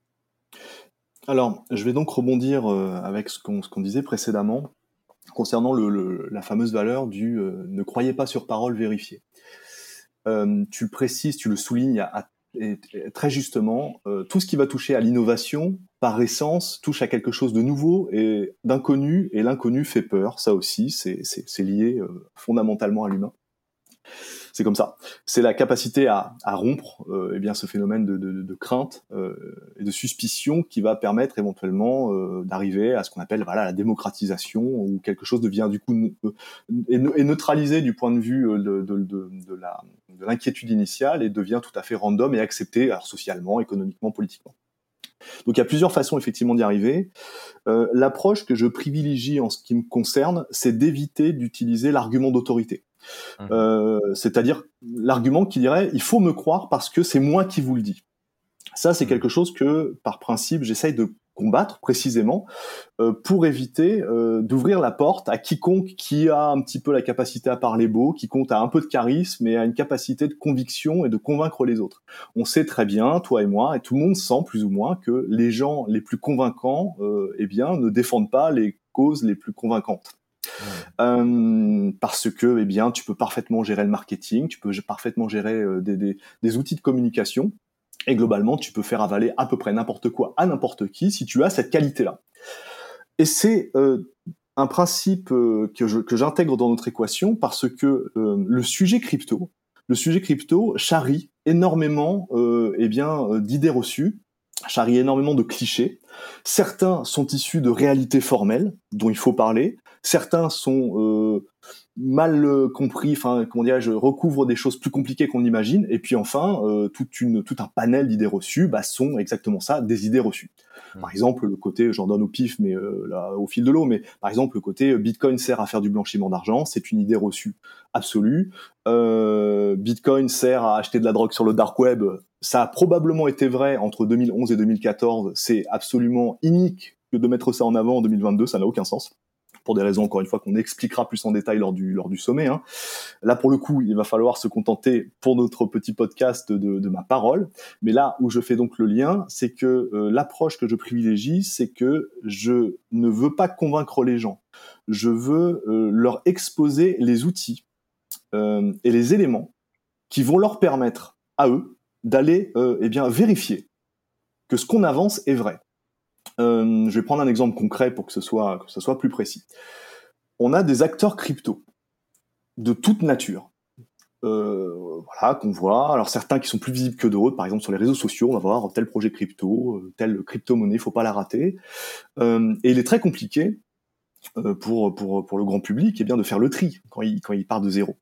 Alors, je vais donc rebondir euh, avec ce qu'on, ce qu'on disait précédemment concernant le, le, la fameuse valeur du euh, ne croyez pas sur parole, vérifiez. Euh, tu le précises, tu le soulignes à, à, et, et très justement, euh, tout ce qui va toucher à l'innovation, par essence, touche à quelque chose de nouveau et d'inconnu, et l'inconnu fait peur, ça aussi, c'est, c'est, c'est lié euh, fondamentalement à l'humain. C'est comme ça. C'est la capacité à, à rompre euh, eh bien, ce phénomène de, de, de crainte euh, et de suspicion qui va permettre éventuellement euh, d'arriver à ce qu'on appelle voilà, la démocratisation, où quelque chose devient du coup euh, est, est neutralisé du point de vue de, de, de, de, la, de l'inquiétude initiale et devient tout à fait random et accepté alors, socialement, économiquement, politiquement. Donc il y a plusieurs façons effectivement d'y arriver. Euh, l'approche que je privilégie en ce qui me concerne, c'est d'éviter d'utiliser l'argument d'autorité. Mmh. Euh, c'est-à-dire l'argument qui dirait « il faut me croire parce que c'est moi qui vous le dis ». Ça, c'est mmh. quelque chose que, par principe, j'essaye de combattre précisément euh, pour éviter euh, d'ouvrir la porte à quiconque qui a un petit peu la capacité à parler beau, quiconque a un peu de charisme et a une capacité de conviction et de convaincre les autres. On sait très bien, toi et moi, et tout le monde sent plus ou moins que les gens les plus convaincants euh, eh bien, ne défendent pas les causes les plus convaincantes. Mmh. Euh, parce que eh bien, tu peux parfaitement gérer le marketing, tu peux parfaitement gérer euh, des, des, des outils de communication, et globalement, tu peux faire avaler à peu près n'importe quoi à n'importe qui si tu as cette qualité-là. Et c'est euh, un principe euh, que, je, que j'intègre dans notre équation parce que euh, le sujet crypto, le sujet crypto charrie énormément euh, eh bien, euh, d'idées reçues, charrie énormément de clichés. Certains sont issus de réalités formelles dont il faut parler. Certains sont euh, mal euh, compris, enfin comment dirais-je, recouvrent des choses plus compliquées qu'on imagine. Et puis enfin, euh, toute une, tout un panel d'idées reçues bah, sont exactement ça, des idées reçues. Mmh. Par exemple, le côté, j'en donne au pif, mais euh, là, au fil de l'eau, mais par exemple, le côté Bitcoin sert à faire du blanchiment d'argent, c'est une idée reçue absolue. Euh, Bitcoin sert à acheter de la drogue sur le dark web, ça a probablement été vrai entre deux mille onze et deux mille quatorze, c'est absolument inique que de mettre ça en avant en deux mille vingt-deux, ça n'a aucun sens. Pour des raisons, encore une fois, qu'on expliquera plus en détail lors du, lors du sommet. Hein. Là, pour le coup, il va falloir se contenter, pour notre petit podcast, de, de ma parole. Mais là où je fais donc le lien, c'est que euh, l'approche que je privilégie, c'est que je ne veux pas convaincre les gens. Je veux euh, leur exposer les outils euh, et les éléments qui vont leur permettre, à eux, d'aller euh, eh bien, vérifier que ce qu'on avance est vrai. Euh, je vais prendre un exemple concret pour que ce soit, que ce soit plus précis. On a des acteurs crypto de toute nature, euh, voilà, qu'on voit. Alors certains qui sont plus visibles que d'autres, par exemple sur les réseaux sociaux, on va voir tel projet crypto, telle crypto-monnaie, faut pas la rater. Euh, et il est très compliqué euh, pour, pour, pour le grand public eh bien, de faire le tri quand il, quand il part de zéro.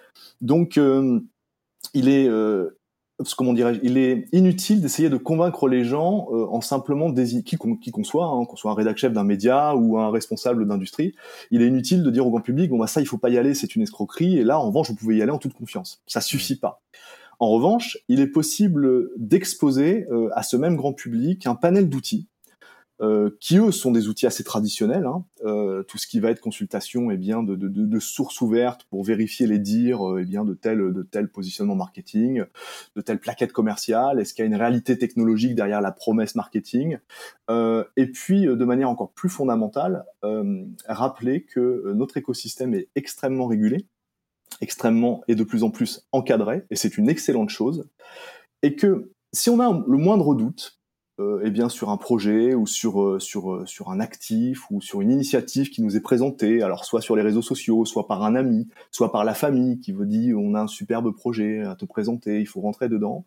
Donc euh, il est... Euh, comment dirais-je, il est inutile d'essayer de convaincre les gens euh, en simplement désignant qui qu'on, qui qu'on soit, hein, qu'on soit un rédac chef d'un média ou un responsable d'industrie. Il est inutile de dire au grand public bon bah ça il faut pas y aller, c'est une escroquerie. Et là en revanche vous pouvez y aller en toute confiance. Ça suffit pas. En revanche, il est possible d'exposer euh, à ce même grand public un panel d'outils. Euh, qui eux sont des outils assez traditionnels, hein. euh, tout ce qui va être consultation eh bien, de, de, de sources ouvertes pour vérifier les dires euh, eh bien, de, tel, de tel positionnement marketing, de telle plaquette commerciale, est-ce qu'il y a une réalité technologique derrière la promesse marketing, euh, et puis de manière encore plus fondamentale, euh, rappeler que notre écosystème est extrêmement régulé, extrêmement et de plus en plus encadré, et c'est une excellente chose, et que si on a le moindre doute, Euh, eh bien sur un projet ou sur euh, sur euh, sur un actif ou sur une initiative qui nous est présentée, alors soit sur les réseaux sociaux, soit par un ami, soit par la famille qui vous dit on a un superbe projet à te présenter, il faut rentrer dedans.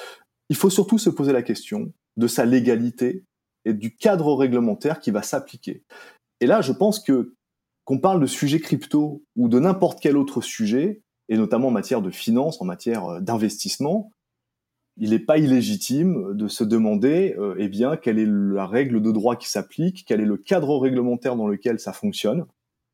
Il faut surtout se poser la question de sa légalité et du cadre réglementaire qui va s'appliquer. Et là, je pense que qu'on parle de sujet crypto ou de n'importe quel autre sujet, et notamment en matière de finance, en matière d'investissement, il n'est pas illégitime de se demander euh, eh bien, quelle est la règle de droit qui s'applique, quel est le cadre réglementaire dans lequel ça fonctionne.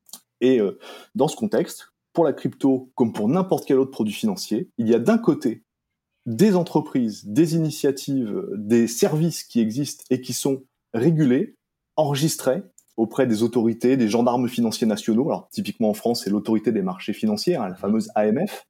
Et euh, dans ce contexte, pour la crypto, comme pour n'importe quel autre produit financier, il y a d'un côté des entreprises, des initiatives, des services qui existent et qui sont régulés, enregistrés auprès des autorités, des gendarmes financiers nationaux. Alors typiquement en France, c'est l'autorité des marchés financiers, hein, la fameuse A M F,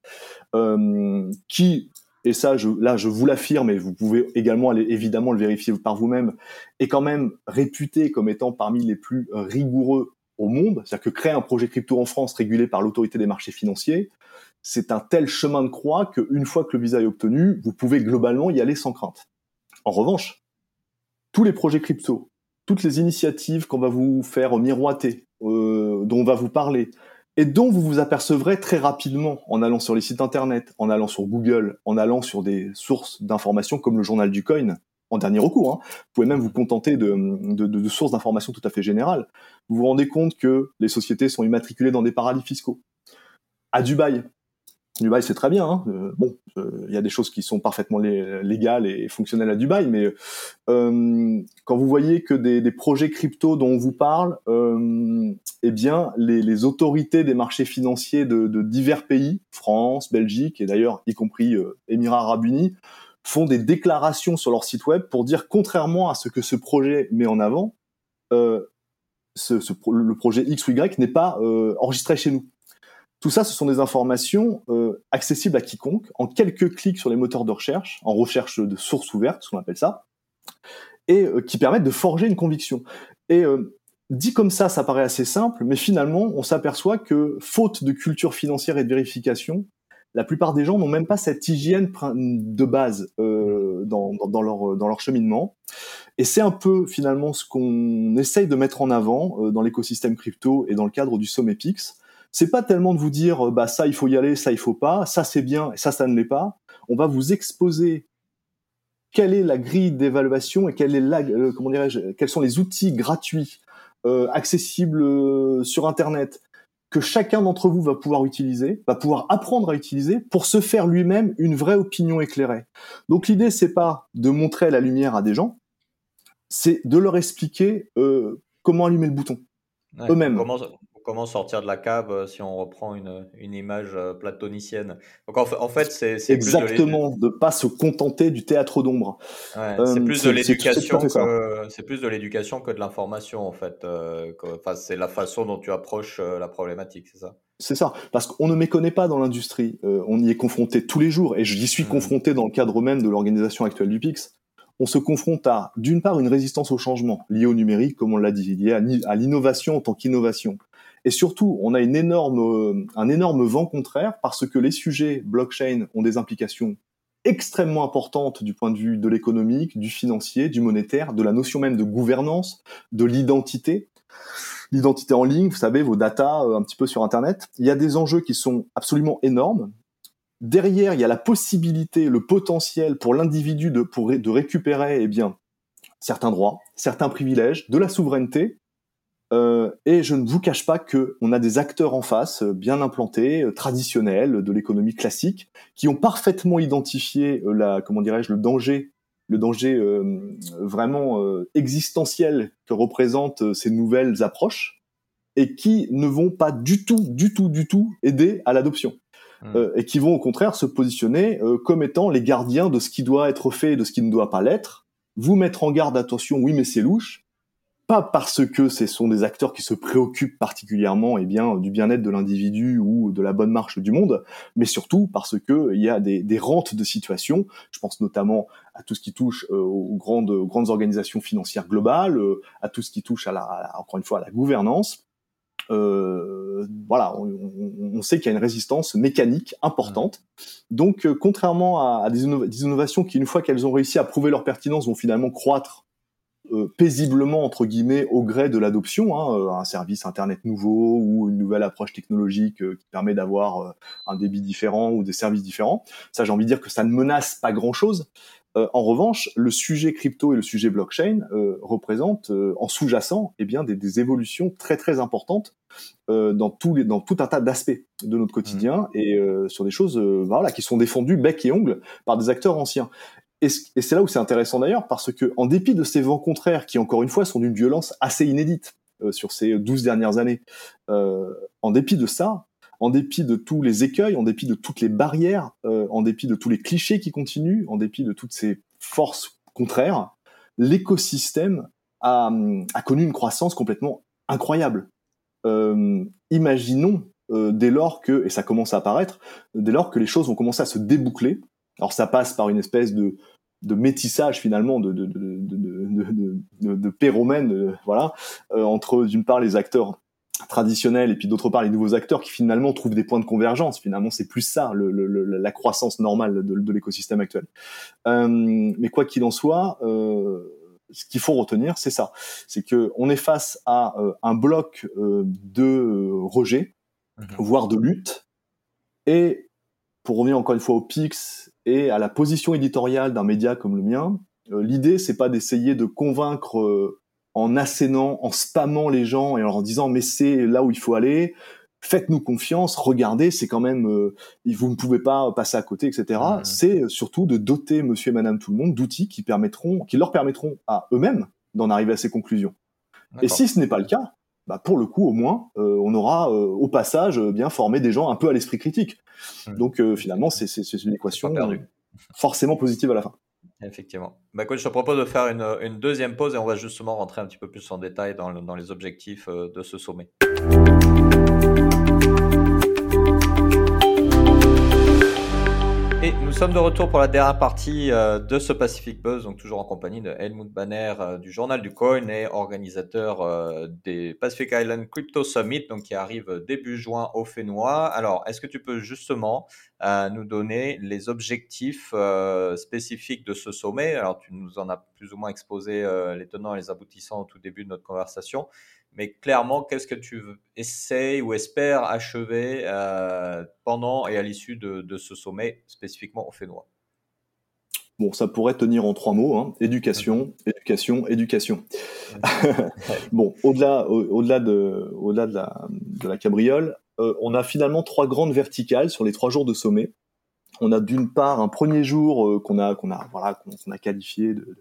euh, qui... et ça, je, là, je vous l'affirme, et vous pouvez également aller évidemment le vérifier par vous-même, est quand même réputé comme étant parmi les plus rigoureux au monde. C'est-à-dire que créer un projet crypto en France régulé par l'autorité des marchés financiers, c'est un tel chemin de croix qu'une fois que le visa est obtenu, vous pouvez globalement y aller sans crainte. En revanche, tous les projets crypto, toutes les initiatives qu'on va vous faire miroiter, euh, dont on va vous parler, et dont vous vous apercevrez très rapidement en allant sur les sites internet, en allant sur Google, en allant sur des sources d'informations comme le journal du coin, en dernier recours. Hein. Vous pouvez même vous contenter de, de, de, de sources d'informations tout à fait générales. Vous vous rendez compte que les sociétés sont immatriculées dans des paradis fiscaux. À Dubaï, Dubaï, c'est très bien. Hein. Euh, bon, il euh, y a des choses qui sont parfaitement lé- légales et fonctionnelles à Dubaï, mais euh, quand vous voyez que des, des projets crypto dont on vous parle, euh, eh bien, les, les autorités des marchés financiers de, de divers pays, France, Belgique et d'ailleurs y compris euh, Émirats Arabes Unis, font des déclarations sur leur site web pour dire, contrairement à ce que ce projet met en avant, euh, ce, ce, le projet X ou Y n'est pas euh, enregistré chez nous. Tout ça, ce sont des informations euh, accessibles à quiconque, en quelques clics sur les moteurs de recherche, en recherche de sources ouvertes, ce qu'on appelle ça, et euh, qui permettent de forger une conviction. Et euh, dit comme ça, ça paraît assez simple, mais finalement, on s'aperçoit que, faute de culture financière et de vérification, la plupart des gens n'ont même pas cette hygiène de base euh, dans, dans, dans, leur, dans leur cheminement. Et c'est un peu, finalement, ce qu'on essaye de mettre en avant euh, dans l'écosystème crypto et dans le cadre du Sommet Pix. C'est pas tellement de vous dire, bah ça il faut y aller, ça il faut pas, ça c'est bien, et ça ça ne l'est pas. On va vous exposer quelle est la grille d'évaluation et quelle est la, euh, comment dirais-je, quels sont les outils gratuits, euh, accessibles euh, sur Internet, que chacun d'entre vous va pouvoir utiliser, va pouvoir apprendre à utiliser pour se faire lui-même une vraie opinion éclairée. Donc l'idée c'est pas de montrer la lumière à des gens, c'est de leur expliquer euh, comment allumer le bouton. Ouais, ou Eux-mêmes. comment, ou comment sortir de la cave euh, si on reprend une, une image euh, platonicienne. Donc en, fa- en fait, c'est c'est plus de l'édu- Exactement, de pas se contenter du théâtre d'ombre. ouais, c'est Euh, plus de c'est, c'est, c'est tout à l'éducation fait ça. que c'est plus de l'éducation que de l'information en fait. Euh, que- enfin, c'est la façon dont tu approches euh, la problématique, c'est ça? C'est ça, parce qu'on ne méconnaît pas dans l'industrie. Euh, on y est confronté tous les jours, et j'y suis Mhm. confronté dans le cadre même de l'organisation actuelle du Pix. On se confronte à, d'une part, une résistance au changement, liée au numérique, comme on l'a dit, liée à, à l'innovation en tant qu'innovation. Et surtout, on a une énorme, euh, un énorme vent contraire, parce que les sujets blockchain ont des implications extrêmement importantes du point de vue de l'économique, du financier, du monétaire, de la notion même de gouvernance, de l'identité. L'identité en ligne, vous savez, vos datas euh, un petit peu sur Internet. Il y a des enjeux qui sont absolument énormes. Derrière, il y a la possibilité, le potentiel pour l'individu de, pour, de récupérer eh bien, certains droits, certains privilèges, de la souveraineté. Euh, et je ne vous cache pas qu'on a des acteurs en face, euh, bien implantés, euh, traditionnels, de l'économie classique, qui ont parfaitement identifié euh, la, comment dirais-je, le danger, le danger euh, vraiment euh, existentiel que représentent euh, ces nouvelles approches, et qui ne vont pas du tout, du tout, du tout aider à l'adoption. Mhm. Euh, et qui vont au contraire se positionner euh, comme étant les gardiens de ce qui doit être fait et de ce qui ne doit pas l'être, vous mettre en garde, attention, oui mais c'est louche, pas parce que ce sont des acteurs qui se préoccupent particulièrement eh bien, du bien-être de l'individu ou de la bonne marche du monde, mais surtout parce qu'il y a des, des rentes de situation. Je pense notamment à tout ce qui touche euh, aux, grandes, aux grandes organisations financières globales, euh, à tout ce qui touche, à la, à, encore une fois, à la gouvernance. Euh, voilà, on, on, on sait qu'il y a une résistance mécanique importante. Donc, euh, contrairement à, à des, innov- des innovations qui, une fois qu'elles ont réussi à prouver leur pertinence, vont finalement croître euh, paisiblement entre guillemets au gré de l'adoption, hein, euh, un service internet nouveau ou une nouvelle approche technologique euh, qui permet d'avoir euh, un débit différent ou des services différents. Ça, j'ai envie de dire que ça ne menace pas grand-chose. Euh, en revanche, le sujet crypto et le sujet blockchain euh, représentent euh, en sous-jacent eh bien des, des évolutions très très importantes euh, dans tous les dans tout un tas d'aspects de notre Mhm. quotidien et euh, sur des choses euh, voilà qui sont défendues bec et ongle par des acteurs anciens. Et, et c'est là où c'est intéressant d'ailleurs, parce que en dépit de ces vents contraires, qui encore une fois sont d'une violence assez inédite euh, sur ces douze dernières années, euh, en dépit de ça, en dépit de tous les écueils, en dépit de toutes les barrières, euh, en dépit de tous les clichés qui continuent, en dépit de toutes ces forces contraires, l'écosystème a, a connu une croissance complètement incroyable. Euh, imaginons euh, dès lors que, et ça commence à apparaître, dès lors que les choses vont commencer à se déboucler. Alors ça passe par une espèce de, de métissage finalement, de, de, de, de, de, de, de, de péromène, euh, voilà, euh, entre d'une part les acteurs traditionnels et puis d'autre part les nouveaux acteurs qui finalement trouvent des points de convergence. Finalement, c'est plus ça, le, le, le, la croissance normale de, de l'écosystème actuel. Euh, mais quoi qu'il en soit, euh, ce qu'il faut retenir, c'est ça. C'est que on est face à euh, un bloc euh, de euh, rejet mmh. voire de lutte. Et pour revenir encore une fois au P I X et à la position éditoriale d'un média comme le mien, euh, l'idée, c'est pas d'essayer de convaincre euh, en assénant, en spammant les gens et en leur disant « mais c'est là où il faut aller ». Faites-nous confiance, regardez, c'est quand même, euh, vous ne pouvez pas passer à côté, et cetera. Mmh. C'est surtout de doter monsieur et madame tout le monde d'outils qui permettront, qui leur permettront à eux-mêmes d'en arriver à ces conclusions. D'accord. Et si ce n'est pas le cas, bah pour le coup, au moins, euh, on aura euh, au passage euh, bien formé des gens un peu à l'esprit critique. Mmh. Donc euh, finalement, c'est, c'est, c'est une équation euh, forcément positive à la fin. Effectivement. Bah, écoute, je te propose de faire une, une deuxième pause et on va justement rentrer un petit peu plus en détail dans, le, dans les objectifs euh, de ce sommet. Et nous sommes de retour pour la dernière partie euh, de ce Pacific Buzz, donc toujours en compagnie de Helmut Banner euh, du Journal du Coin et organisateur euh, des Pacific Island Crypto Summit, donc qui arrive début juin au Fénois. Alors, est-ce que tu peux justement euh, nous donner les objectifs euh, spécifiques de ce sommet? Alors, tu nous en as plus ou moins exposé euh, les tenants et les aboutissants au tout début de notre conversation. Mais clairement, qu'est-ce que tu essayes ou espères achever euh, pendant et à l'issue de, de ce sommet, spécifiquement au Fénois? Bon, ça pourrait tenir en trois mots, hein. Éducation, mm-hmm. éducation, éducation. Mm-hmm. Bon, au-delà, au, au-delà, de, au-delà de, la, de la cabriole, euh, on a finalement trois grandes verticales sur les trois jours de sommet. On a d'une part un premier jour euh, qu'on a qu'on a voilà qu'on, qu'on a qualifié de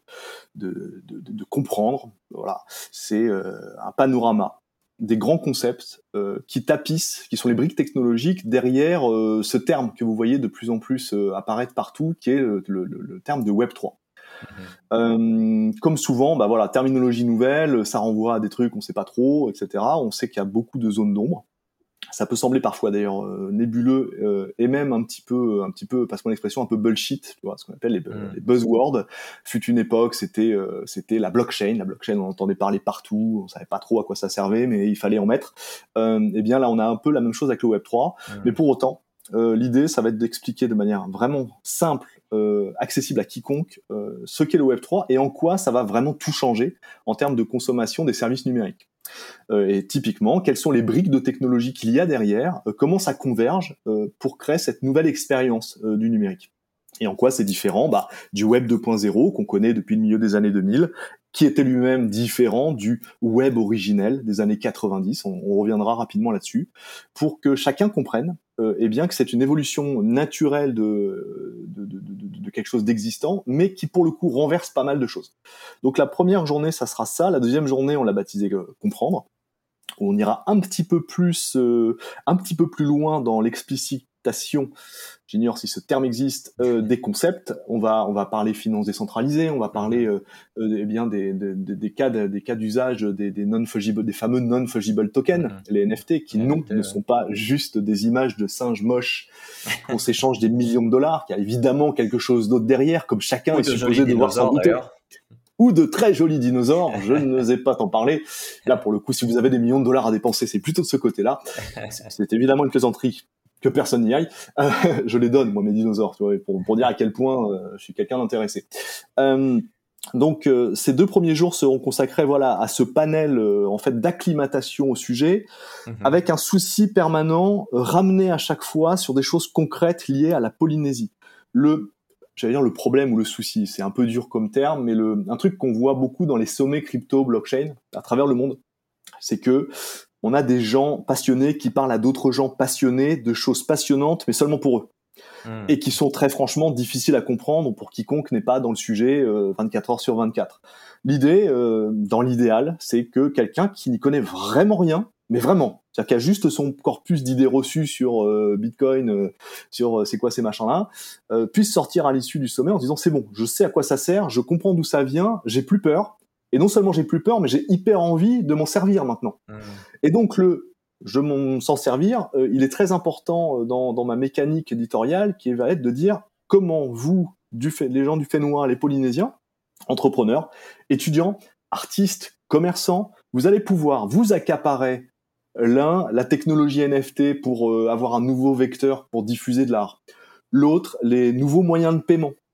de, de, de, de comprendre. Voilà, c'est euh, un panorama des grands concepts euh, qui tapissent, qui sont les briques technologiques derrière euh, ce terme que vous voyez de plus en plus euh, apparaître partout, qui est le, le, le terme de Web trois. Mmh. Euh, comme souvent, bah voilà, terminologie nouvelle, ça renvoie à des trucs on sait pas trop, et cetera. On sait qu'il y a beaucoup de zones d'ombre. Ça peut sembler parfois d'ailleurs euh, nébuleux euh, et même un petit peu, un petit peu, passe-moi l'expression, un peu bullshit, tu vois, ce qu'on appelle les, mm. les buzzwords. Fut une époque, c'était, euh, c'était la blockchain. La blockchain, on entendait parler partout, on savait pas trop à quoi ça servait, mais il fallait en mettre. Euh, et bien là, on a un peu la même chose avec le Web trois, mm. mais pour autant, euh, l'idée, ça va être d'expliquer de manière vraiment simple, euh, accessible à quiconque, euh, ce qu'est le Web trois et en quoi ça va vraiment tout changer en termes de consommation des services numériques. Euh, et typiquement, quelles sont les briques de technologie qu'il y a derrière, euh, comment ça converge euh, pour créer cette nouvelle expérience euh, du numérique. Et en quoi c'est différent bah, du Web deux point zéro qu'on connaît depuis le milieu des années deux mille, qui était lui-même différent du Web originel des années quatre-vingt-dix, on, on reviendra rapidement là-dessus, pour que chacun comprenne euh, eh bien que c'est une évolution naturelle de, de, de, de, de quelque chose d'existant, mais qui pour le coup renverse pas mal de choses. Donc la première journée, ça sera ça, la deuxième journée, on l'a baptisé euh, comprendre. On ira un petit peu plus, euh, un petit peu plus loin dans l'explicitation, j'ignore si ce terme existe, euh, des concepts. On va, on va parler finances décentralisées, on va parler euh, euh, eh bien des, des, des cas, de, des cas d'usage des, des non fungible, des fameux non fungible tokens, mm-hmm. les N F T, qui non N F T, ne ouais. sont pas juste des images de singes moches. On s'échange des millions de dollars. Il y a évidemment quelque chose d'autre derrière, comme chacun Ou est supposé devoir s'en douter. D'ailleurs. Ou de très jolis dinosaures, je n'osais pas t'en parler. Là, pour le coup, si vous avez des millions de dollars à dépenser, c'est plutôt de ce côté-là. C'est évidemment une plaisanterie, que personne n'y aille. Euh, je les donne, moi, mes dinosaures, tu vois, pour, pour dire à quel point euh, je suis quelqu'un d'intéressé. Euh, donc, euh, ces deux premiers jours seront consacrés, voilà, à ce panel, euh, en fait, d'acclimatation au sujet, mm-hmm. avec un souci permanent, euh, ramené à chaque fois sur des choses concrètes liées à la Polynésie. Le J'allais dire le problème ou le souci, c'est un peu dur comme terme, mais le, un truc qu'on voit beaucoup dans les sommets crypto, blockchain, à travers le monde, c'est que on a des gens passionnés qui parlent à d'autres gens passionnés de choses passionnantes, mais seulement pour eux. Mmh. Et qui sont très franchement difficiles à comprendre pour quiconque n'est pas dans le sujet euh, vingt-quatre heures sur vingt-quatre. L'idée, euh, dans l'idéal, c'est que quelqu'un qui n'y connaît vraiment rien, mais vraiment, c'est-à-dire qu'il a juste son corpus d'idées reçues sur euh, Bitcoin, euh, sur euh, c'est quoi ces machins-là, euh, puisse sortir à l'issue du sommet en disant c'est bon, je sais à quoi ça sert, je comprends d'où ça vient, j'ai plus peur, et non seulement j'ai plus peur, mais j'ai hyper envie de m'en servir maintenant. Mmh. Et donc le je m'en s'en servir, euh, il est très important dans, dans ma mécanique éditoriale qui va être de dire comment vous, du fait, les gens du Fénois, les Polynésiens, entrepreneurs, étudiants, artistes, commerçants, vous allez pouvoir vous accaparer l'un, la technologie N F T pour euh, avoir un nouveau vecteur pour diffuser de l'art. L'autre, les nouveaux moyens de paiement.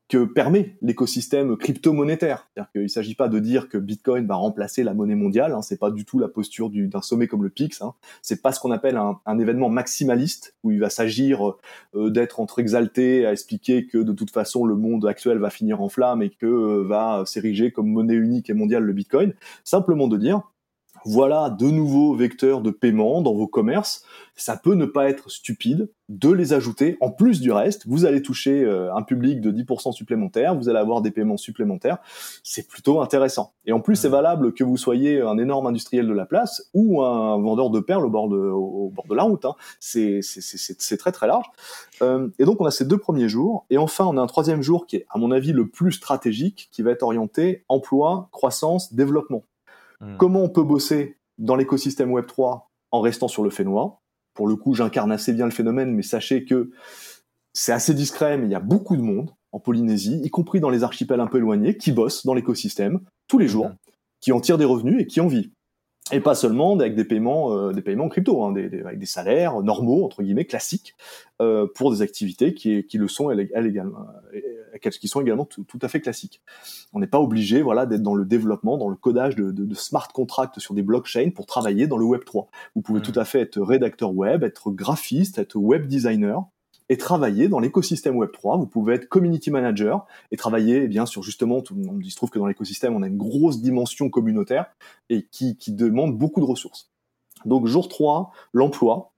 que permet l'écosystème crypto-monétaire. C'est-à-dire qu'il ne s'agit pas de dire que Bitcoin va remplacer la monnaie mondiale, hein, c'est pas du tout la posture du, d'un sommet comme le P I X, hein. C'est pas ce qu'on appelle un, un événement maximaliste, où il va s'agir euh, d'être entre exalté à expliquer que de toute façon le monde actuel va finir en flammes et que euh, va s'ériger comme monnaie unique et mondiale le Bitcoin. Simplement de dire, voilà de nouveaux vecteurs de paiement dans vos commerces, ça peut ne pas être stupide de les ajouter. En plus du reste, vous allez toucher euh, un public de dix pour cent supplémentaire, vous allez avoir des paiements supplémentaires, c'est plutôt intéressant. Et en plus, c'est valable que vous soyez un énorme industriel de la place ou un vendeur de perles au bord de, au bord de la route, hein. C'est, c'est, c'est, c'est très très large. Euh, et donc on a ces deux premiers jours, et enfin on a un troisième jour qui est à mon avis le plus stratégique, qui va être orienté emploi, croissance, développement. Mmh. Comment on peut bosser dans l'écosystème web trois en restant sur le fait noir? Pour le coup, j'incarne assez bien le phénomène, mais sachez que c'est assez discret, mais il y a beaucoup de monde en Polynésie, y compris dans les archipels un peu éloignés, qui bossent dans l'écosystème tous les jours, mmh. qui en tirent des revenus et qui en vivent. Et pas seulement avec des paiements, euh, des paiements crypto, hein, des, des, avec des salaires normaux, entre guillemets, classiques, euh, pour des activités qui, qui le sont, elles, elles également, qui sont également tout, tout à fait classiques. On n'est pas obligé, voilà, d'être dans le développement, dans le codage de, de, de smart contracts sur des blockchains pour travailler dans le web trois. Vous pouvez mmh. tout à fait être rédacteur web, être graphiste, être web designer, et travailler dans l'écosystème web trois. Vous pouvez être community manager et travailler eh bien sur justement, tout, il se trouve que dans l'écosystème, on a une grosse dimension communautaire et qui, qui demande beaucoup de ressources. Donc jour trois, l'emploi.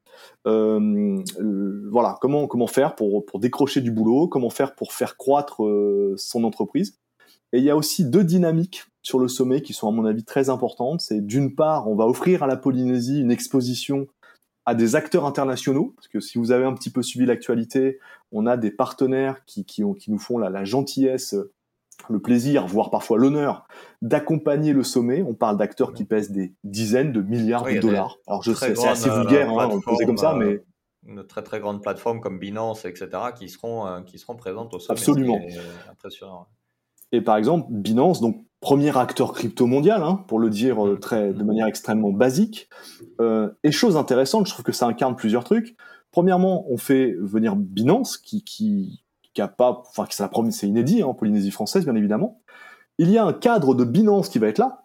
Euh, euh, voilà, comment, comment faire pour, pour décrocher du boulot, comment faire pour faire croître euh, son entreprise. Et il y a aussi deux dynamiques sur le sommet qui sont à mon avis très importantes. C'est d'une part, on va offrir à la Polynésie une exposition à des acteurs internationaux, parce que si vous avez un petit peu suivi l'actualité, on a des partenaires qui, qui, ont, qui nous font la, la gentillesse, le plaisir, voire parfois l'honneur, d'accompagner le sommet. On parle d'acteurs qui pèsent des dizaines de milliards oui, de dollars. Alors je sais, c'est assez vulgaire, hein, on le posait comme ça, mais... Une très très grande plateforme comme Binance, et cetera, qui seront, euh, qui seront présentes au sommet. Absolument. C'est impressionnant. Et par exemple, Binance, donc premier acteur crypto mondial, hein, pour le dire euh, très, de manière extrêmement basique. Euh, et chose intéressante, je trouve que ça incarne plusieurs trucs. Premièrement, on fait venir Binance, qui, qui, qui a pas, enfin, c'est la première, c'est inédit, hein, en Polynésie française, bien évidemment. Il y a un cadre de Binance qui va être là.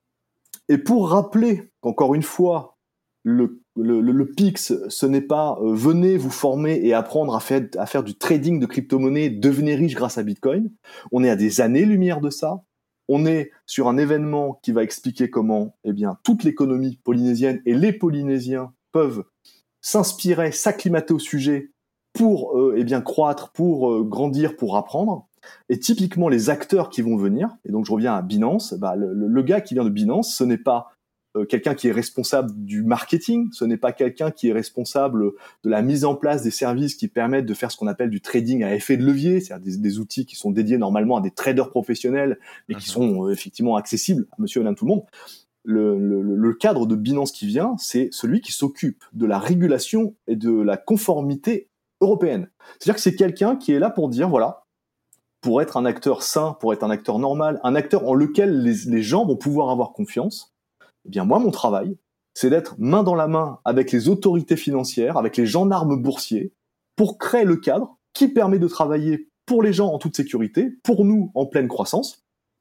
Et pour rappeler qu'encore une fois, le, le, le, le P I X, ce n'est pas euh, venez vous former et apprendre à faire, à faire du trading de crypto-monnaies, devenez riche grâce à Bitcoin. On est à des années-lumière de ça. On est sur un événement qui va expliquer comment eh bien, toute l'économie polynésienne et les Polynésiens peuvent s'inspirer, s'acclimater au sujet pour euh, eh bien, croître, pour euh, grandir, pour apprendre. Et typiquement, les acteurs qui vont venir, et donc je reviens à Binance, bah, le, le, le gars qui vient de Binance, ce n'est pas euh, quelqu'un qui est responsable du marketing, ce n'est pas quelqu'un qui est responsable de la mise en place des services qui permettent de faire ce qu'on appelle du trading à effet de levier, c'est-à-dire des, des outils qui sont dédiés normalement à des traders professionnels, mais qui sont euh, effectivement accessibles à monsieur et madame tout le monde. Le, le, le cadre de Binance qui vient, c'est celui qui s'occupe de la régulation et de la conformité européenne. C'est-à-dire que c'est quelqu'un qui est là pour dire, voilà, pour être un acteur sain, pour être un acteur normal, un acteur en lequel les, les gens vont pouvoir avoir confiance, eh bien moi, mon travail, c'est d'être main dans la main avec les autorités financières, avec les gendarmes boursiers, pour créer le cadre qui permet de travailler pour les gens en toute sécurité, pour nous en pleine croissance,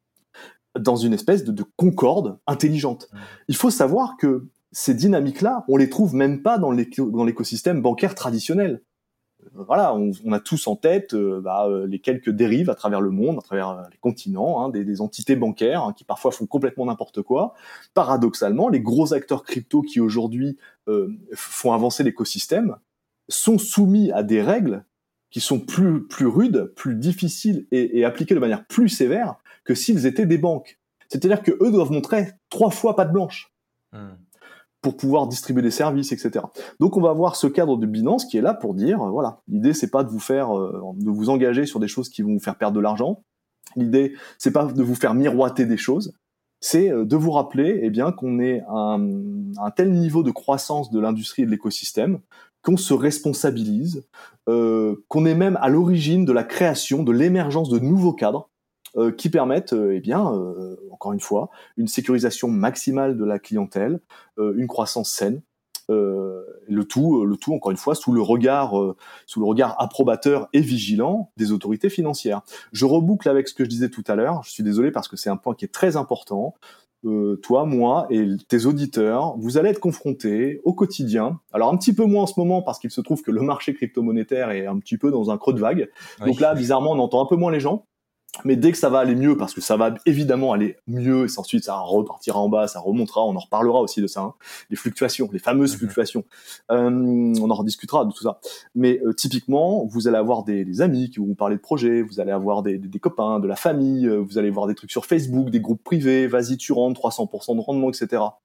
dans une espèce de, de concorde intelligente. Il faut savoir que ces dynamiques-là, on les trouve même pas dans, l'éco- dans l'écosystème bancaire traditionnel. Voilà, on, on a tous en tête euh, bah, euh, les quelques dérives à travers le monde, à travers euh, les continents, hein, des, des entités bancaires hein, qui parfois font complètement n'importe quoi. Paradoxalement, les gros acteurs crypto qui aujourd'hui euh, font avancer l'écosystème sont soumis à des règles qui sont plus, plus rudes, plus difficiles et, et appliquées de manière plus sévère que s'ils étaient des banques. C'est-à-dire qu'eux doivent montrer trois fois patte blanche. Mmh. Pour pouvoir distribuer des services, et cetera. Donc on va avoir ce cadre de Binance qui est là pour dire, euh, voilà, l'idée c'est pas de vous faire, euh, de vous engager sur des choses qui vont vous faire perdre de l'argent. L'idée c'est pas de vous faire miroiter des choses, c'est euh, de vous rappeler, eh bien, qu'on est à un, un tel niveau de croissance de l'industrie et de l'écosystème qu'on se responsabilise, euh, qu'on est même à l'origine de la création, de l'émergence de nouveaux cadres. Euh, qui permettent, euh, eh bien, euh, encore une fois, une sécurisation maximale de la clientèle, euh, une croissance saine, euh, le tout, le tout encore une fois sous le regard, euh, sous le regard approbateur et vigilant des autorités financières. Je reboucle avec ce que je disais tout à l'heure. Je suis désolé parce que c'est un point qui est très important. Euh, toi, moi et tes auditeurs, vous allez être confrontés au quotidien. Alors un petit peu moins en ce moment parce qu'il se trouve que le marché crypto-monétaire est un petit peu dans un creux de vague. Oui. Donc là, bizarrement, on entend un peu moins les gens. Mais dès que ça va aller mieux, parce que ça va évidemment aller mieux, et ensuite ça repartira en bas, ça remontera, on en reparlera aussi de ça, hein, les fluctuations, les fameuses mm-hmm. fluctuations, euh, on en rediscutera de tout ça. Mais euh, typiquement, vous allez avoir des, des amis qui vont vous parler de projets, vous allez avoir des, des, des copains, de la famille, euh, vous allez voir des trucs sur Facebook, des groupes privés, vas-y tu rentres, trois cents pour cent de rendement, et cetera.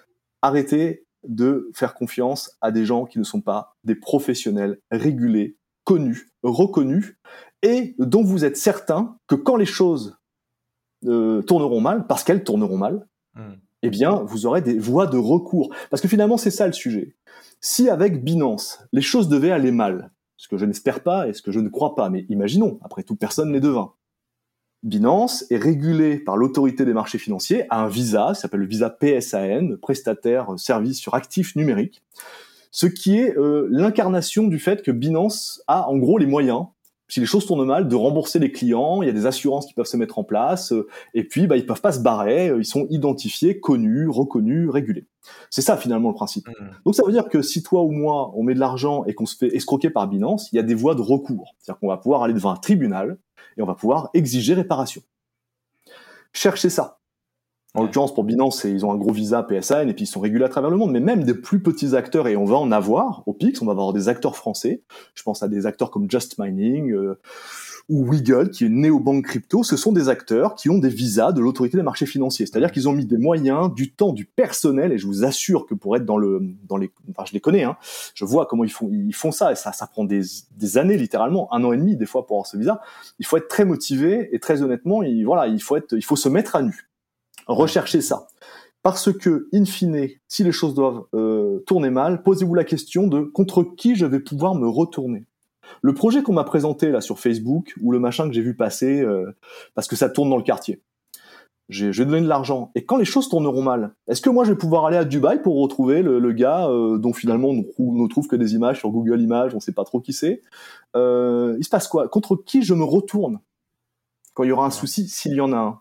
Arrêtez de faire confiance à des gens qui ne sont pas des professionnels régulés, connus, reconnus, et dont vous êtes certain que quand les choses euh, tourneront mal, parce qu'elles tourneront mal, mmh. eh bien, vous aurez des voies de recours. Parce que finalement, c'est ça le sujet. Si avec Binance, les choses devaient aller mal, ce que je n'espère pas et ce que je ne crois pas, mais imaginons, après tout, personne n'est devin. Binance est régulé par l'autorité des marchés financiers à un visa, ça s'appelle le visa P S A N, prestataire service sur actifs numériques, ce qui est euh, l'incarnation du fait que Binance a en gros les moyens, si les choses tournent mal, de rembourser les clients, il y a des assurances qui peuvent se mettre en place, euh, et puis bah, ils peuvent pas se barrer, euh, ils sont identifiés, connus, reconnus, régulés. C'est ça finalement le principe. Mmh. Donc ça veut dire que si toi ou moi, on met de l'argent et qu'on se fait escroquer par Binance, il y a des voies de recours. C'est-à-dire qu'on va pouvoir aller devant un tribunal et on va pouvoir exiger réparation. Cherchez ça. En ouais. l'occurrence, pour Binance, ils ont un gros visa P S A N et puis ils sont régulés à travers le monde. Mais même des plus petits acteurs, et on va en avoir au P I X, on va avoir des acteurs français. Je pense à des acteurs comme Just Mining euh, ou Wiggle, qui est une néobanque crypto. Ce sont des acteurs qui ont des visas de l'autorité des marchés financiers. C'est-à-dire qu'ils ont mis des moyens, du temps, du personnel. Et je vous assure que pour être dans le, dans les, enfin, je les connais, hein, je vois comment ils font, ils font ça. Et ça, ça prend des, des années, littéralement, un an et demi des fois pour avoir ce visa. Il faut être très motivé et très honnêtement, il, voilà, il faut être, il faut se mettre à nu. Recherchez ça. Parce que, in fine, si les choses doivent euh, tourner mal, posez-vous la question de contre qui je vais pouvoir me retourner. Le projet qu'on m'a présenté là sur Facebook, ou le machin que j'ai vu passer, euh, parce que ça tourne dans le quartier, j'ai, je vais donner de l'argent. Et quand les choses tourneront mal, est-ce que moi je vais pouvoir aller à Dubaï pour retrouver le, le gars euh, dont finalement on ne trouve que des images sur Google Images, on ne sait pas trop qui c'est. Euh, il se passe quoi? Contre qui je me retourne quand il y aura un souci, s'il y en a un?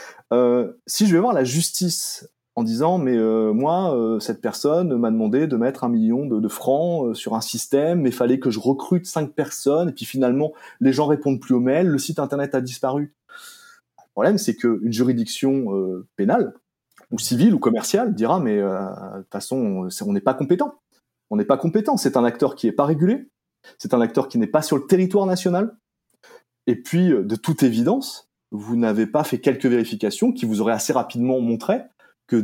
Euh, si je vais voir la justice en disant mais euh, moi euh, cette personne m'a demandé de mettre un million de, de francs euh, sur un système, mais il fallait que je recrute cinq personnes et puis finalement les gens répondent plus aux mails, le site internet a disparu. Le problème c'est qu'une juridiction euh, pénale ou civile ou commerciale dira mais euh, de toute façon on n'est pas compétent, on n'est pas compétent, c'est un acteur qui n'est pas régulé, c'est un acteur qui n'est pas sur le territoire national et puis de toute évidence vous n'avez pas fait quelques vérifications qui vous auraient assez rapidement montré que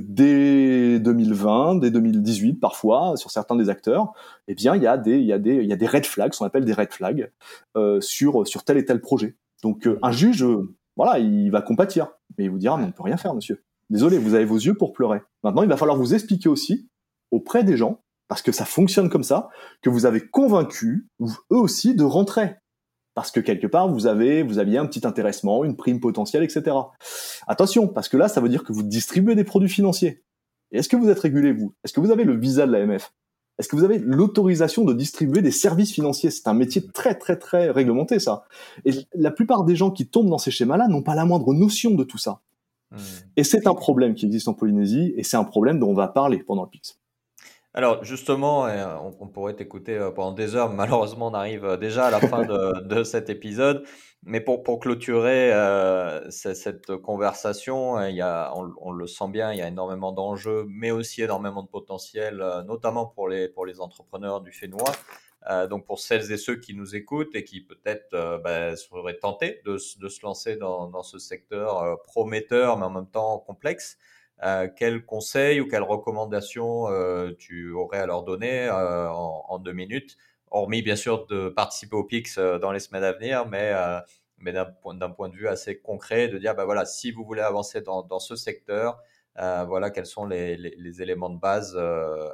dès deux mille vingt, dès deux mille dix-huit parfois, sur certains des acteurs, eh bien il y a des, il y a des, il y a des red flags, ce qu'on appelle des red flags, euh, sur, sur tel et tel projet. Donc euh, un juge, euh, voilà, il va compatir, mais il vous dira, mais on ne peut rien faire, monsieur. Désolé, vous avez vos yeux pour pleurer. Maintenant, il va falloir vous expliquer aussi, auprès des gens, parce que ça fonctionne comme ça, que vous avez convaincu, eux aussi, de rentrer. Parce que quelque part, vous avez, vous aviez un petit intéressement, une prime potentielle, et cetera. Attention, parce que là, ça veut dire que vous distribuez des produits financiers. Et est-ce que vous êtes régulé, vous? Est-ce que vous avez le visa de l'A M F? Est-ce que vous avez l'autorisation de distribuer des services financiers? C'est un métier très, très, très réglementé, ça. Et la plupart des gens qui tombent dans ces schémas-là n'ont pas la moindre notion de tout ça. Mmh. Et c'est un problème qui existe en Polynésie, et c'est un problème dont on va parler pendant le P I X. Alors justement, on, on pourrait t'écouter pendant des heures, malheureusement on arrive déjà à la fin de, de cet épisode, mais pour, pour clôturer euh, cette conversation, il y a, on, on le sent bien, il y a énormément d'enjeux, mais aussi énormément de potentiel, notamment pour les, pour les entrepreneurs du Fénois. Euh, donc pour celles et ceux qui nous écoutent et qui peut-être euh, bah, seraient tentés de, de se lancer dans, dans ce secteur euh, prometteur, mais en même temps complexe. Euh, quels conseils ou quelles recommandations euh, tu aurais à leur donner euh, en, en deux minutes, hormis bien sûr de participer au P I X euh, dans les semaines à venir, mais, euh, mais d'un, point, d'un point de vue assez concret, de dire bah voilà, si vous voulez avancer dans, dans ce secteur, euh, voilà quels sont les, les, les éléments de base euh,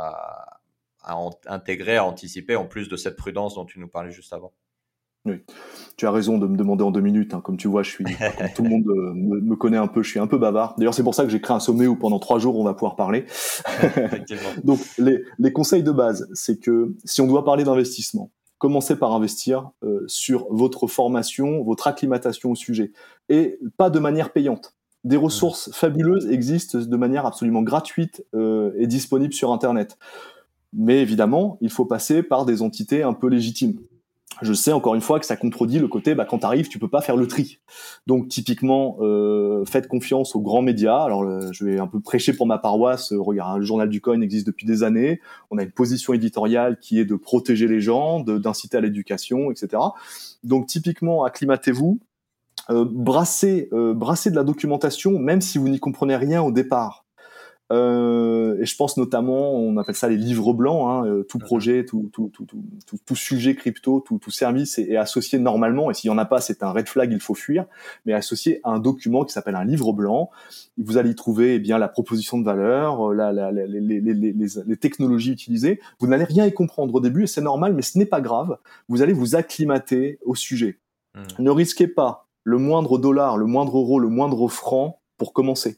à, à en, intégrer, à anticiper, en plus de cette prudence dont tu nous parlais juste avant. Oui. Tu as raison de me demander en deux minutes. Hein. Comme tu vois, je suis, comme tout le monde euh, me, me connaît un peu, je suis un peu bavard. D'ailleurs, c'est pour ça que j'ai créé un sommet où pendant trois jours, on va pouvoir parler. Donc, les, les conseils de base, c'est que si on doit parler d'investissement, commencez par investir euh, sur votre formation, votre acclimatation au sujet, et pas de manière payante. Des ressources fabuleuses existent de manière absolument gratuite euh, et disponible sur Internet. Mais évidemment, il faut passer par des entités un peu légitimes. Je sais encore une fois que ça contredit le côté bah, quand tu arrives, tu peux pas faire le tri. Donc typiquement, euh, faites confiance aux grands médias. Alors euh, je vais un peu prêcher pour ma paroisse. Euh, regarde, le journal du Coin existe depuis des années. On a une position éditoriale qui est de protéger les gens, de, d'inciter à l'éducation, et cetera. Donc typiquement, acclimatez-vous, euh, brassez, euh, brassez de la documentation, même si vous n'y comprenez rien au départ. Euh, et je pense notamment, on appelle ça les livres blancs, hein, euh, tout projet, tout, tout, tout, tout, tout, tout sujet crypto, tout, tout service est, est associé normalement, et s'il y en a pas, c'est un red flag, il faut fuir, mais associé à un document qui s'appelle un livre blanc. Vous allez y trouver eh bien la proposition de valeur, la, la, la, les, les, les, les, les technologies utilisées. Vous n'allez rien y comprendre au début, et c'est normal, mais ce n'est pas grave. Vous allez vous acclimater au sujet. Mmh. Ne risquez pas le moindre dollar, le moindre euro, le moindre franc pour commencer.